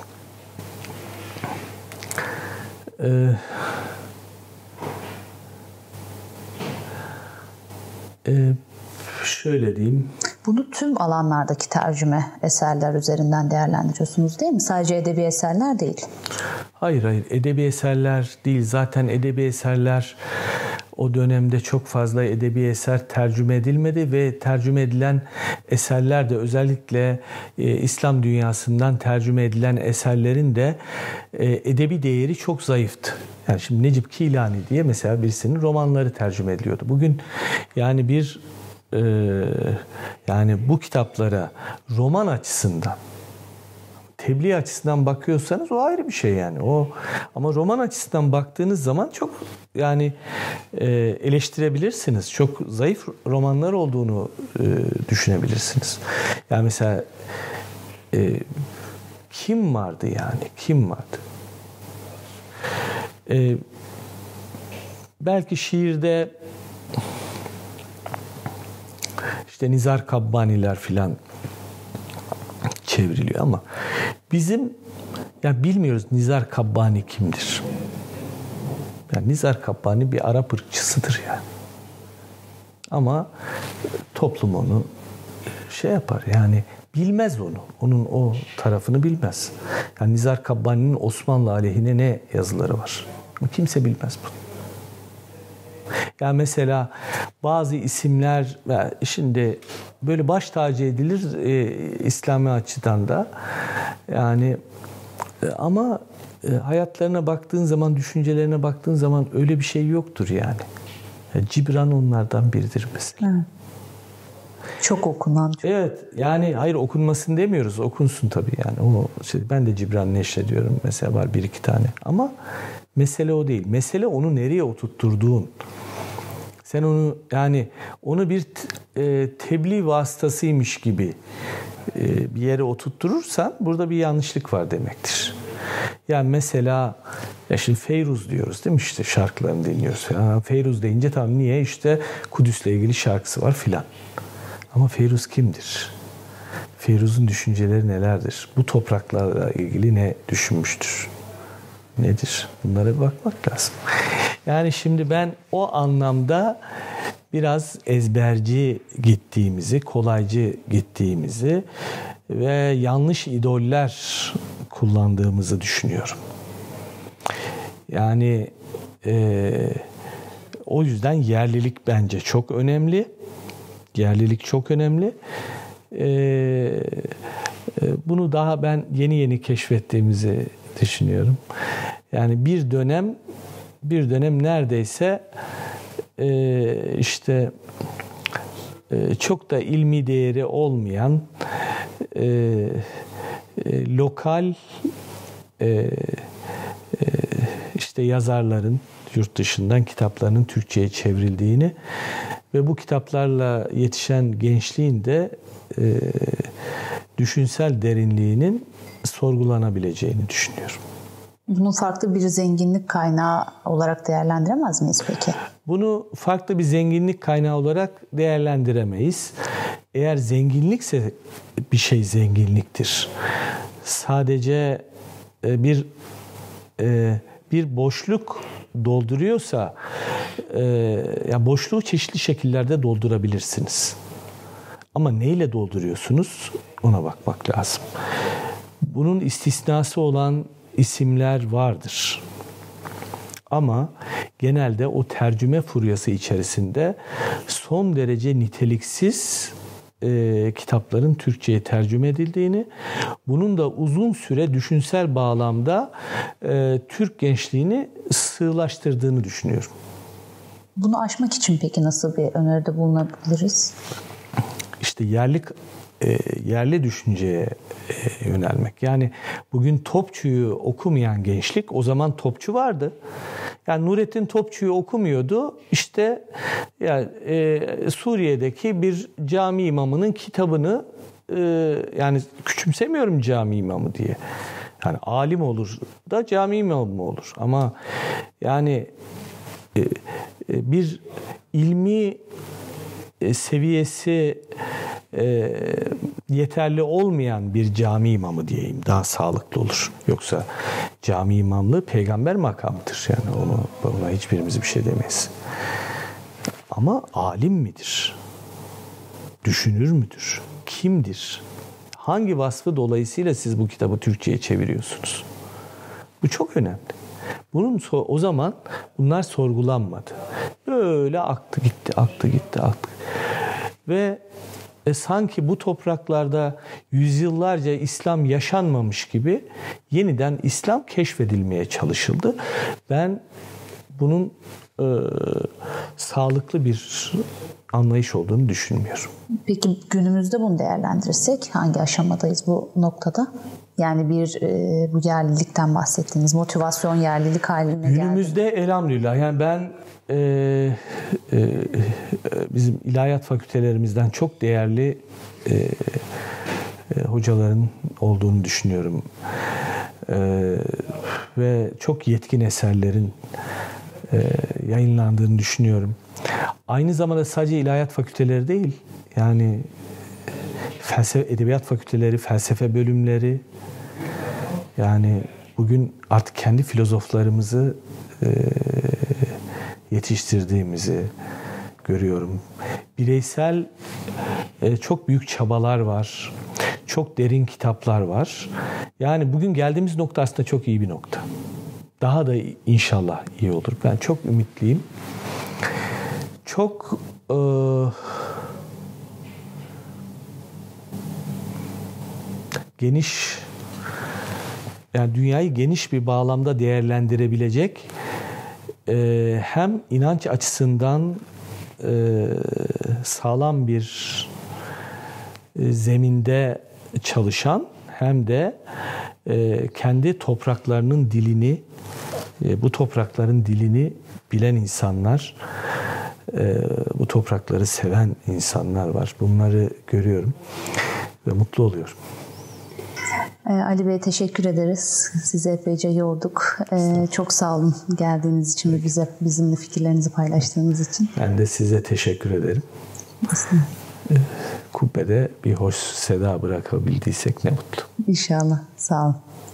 Şöyle diyeyim. Bunu tüm alanlardaki tercüme eserler üzerinden değerlendiriyorsunuz değil mi? Sadece edebi eserler değil. Hayır. Edebi eserler değil. Zaten edebi eserler o dönemde çok fazla edebi eser tercüme edilmedi ve tercüme edilen eserler de özellikle İslam dünyasından tercüme edilen eserlerin de edebi değeri çok zayıftı. Yani şimdi Necip Kilani diye mesela birisinin romanları tercüme ediliyordu. Bugün yani yani bu kitaplara roman açısından, tebliğ açısından bakıyorsanız o ayrı bir şey yani. Ama roman açısından baktığınız zaman çok yani eleştirebilirsiniz. Çok zayıf romanlar olduğunu düşünebilirsiniz. Yani mesela kim vardı yani? Kim vardı? Belki şiirde işte Nizar Kabbaniler filan çevriliyor ama bizim ya bilmiyoruz Nizar Kabbani kimdir. Yani Nizar Kabbani bir Arap ırkçısıdır yani. Ama toplum onu yapar yani bilmez onu. Onun o tarafını bilmez. Yani Nizar Kabbani'nin Osmanlı aleyhine ne yazıları var? Kimse bilmez bunu. Yani mesela bazı isimler şimdi böyle baş tacı edilir İslami açıdan da yani ama hayatlarına baktığın zaman, düşüncelerine baktığın zaman öyle bir şey yoktur yani. Cibran onlardan biridir mesela. Evet. Çok okunan. Evet. Yani hayır okunmasın demiyoruz. Okunsun tabii yani. Ben de Cibran neşrediyorum. Mesela var 1-2 tane. Ama mesele o değil. Mesele onu nereye oturtturduğun. Sen onu bir tebliğ vasıtasıymış gibi bir yere oturtturursan burada bir yanlışlık var demektir. Yani mesela şimdi Feyruz diyoruz değil mi? İşte şarkılarını dinliyoruz. Feyruz deyince tamam niye? İşte Kudüs'le ilgili şarkısı var filan. Ama Feyruz kimdir? Feyruz'un düşünceleri nelerdir? Bu topraklarla ilgili ne düşünmüştür? Nedir? Bunlara bir bakmak lazım. Yani şimdi ben o anlamda biraz ezberci gittiğimizi, kolaycı gittiğimizi ve yanlış idoller kullandığımızı düşünüyorum. Yani o yüzden yerlilik bence çok önemli. Yerlilik çok önemli. Bunu daha ben yeni keşfettiğimizi düşünüyorum. Yani bir dönem neredeyse çok da ilmi değeri olmayan lokal yazarların yurt dışından kitaplarının Türkçe'ye çevrildiğini ve bu kitaplarla yetişen gençliğin de düşünsel derinliğinin sorgulanabileceğini düşünüyorum. Bunu farklı bir zenginlik kaynağı olarak değerlendiremez miyiz peki? Bunu farklı bir zenginlik kaynağı olarak değerlendiremeyiz. Eğer zenginlikse bir şey zenginliktir. Sadece bir boşluk dolduruyorsa, yani boşluğu çeşitli şekillerde doldurabilirsiniz. Ama neyle dolduruyorsunuz? Ona bakmak lazım. Bunun istisnası olan isimler vardır. Ama genelde o tercüme furyası içerisinde son derece niteliksiz kitapların Türkçe'ye tercüme edildiğini, bunun da uzun süre düşünsel bağlamda Türk gençliğini sığlaştırdığını düşünüyorum. Bunu aşmak için peki nasıl bir öneride bulunabiliriz? İşte yerli düşünceye yönelmek. Yani bugün Topçu'yu okumayan gençlik, o zaman Topçu vardı. Yani Nurettin Topçu'yu okumuyordu. İşte yani Suriye'deki bir cami imamının kitabını, yani küçümsemiyorum cami imamı diye. Yani alim olur da cami imamı olur. Ama yani bir ilmi seviyesi yeterli olmayan bir cami imamı diyeyim, daha sağlıklı olur. Yoksa cami imamlığı peygamber makamıdır. Yani ona hiçbirimiz bir şey demeyiz. Ama alim midir? Düşünür müdür? Kimdir? Hangi vasfı dolayısıyla siz bu kitabı Türkçe'ye çeviriyorsunuz? Bu çok önemli. O zaman bunlar sorgulanmadı. Böyle aktı gitti. Ve sanki bu topraklarda yüzyıllarca İslam yaşanmamış gibi yeniden İslam keşfedilmeye çalışıldı. Ben bunun sağlıklı bir anlayış olduğunu düşünmüyorum. Peki günümüzde bunu değerlendirirsek hangi aşamadayız bu noktada? Yani bu yerlilikten bahsettiğiniz motivasyon yerlilik haline geldi. Günümüzde elhamdülillah, yani ben bizim ilahiyat fakültelerimizden çok değerli hocaların olduğunu düşünüyorum. Ve çok yetkin eserlerin yayınlandığını düşünüyorum. Aynı zamanda sadece ilahiyat fakülteleri değil, yani edebiyat fakülteleri, felsefe bölümleri, yani bugün artık kendi filozoflarımızı yetiştirdiğimizi görüyorum. Bireysel çok büyük çabalar var. Çok derin kitaplar var. Yani bugün geldiğimiz nokta aslında çok iyi bir nokta. Daha da inşallah iyi olur. Ben çok ümitliyim. Çok geniş, yani dünyayı geniş bir bağlamda değerlendirebilecek, hem inanç açısından sağlam bir zeminde çalışan, hem de kendi topraklarının dilini, bu toprakların dilini bilen insanlar, bu toprakları seven insanlar var. Bunları görüyorum ve mutlu oluyorum. Ali Bey, teşekkür ederiz. Sizi epeyce yorduk. Çok sağ olun geldiğiniz için ve bizimle fikirlerinizi paylaştığınız için. Ben de size teşekkür ederim. Aslında. Kubbede bir hoş seda bırakabildiysek ne mutlu. İnşallah. Sağ olun.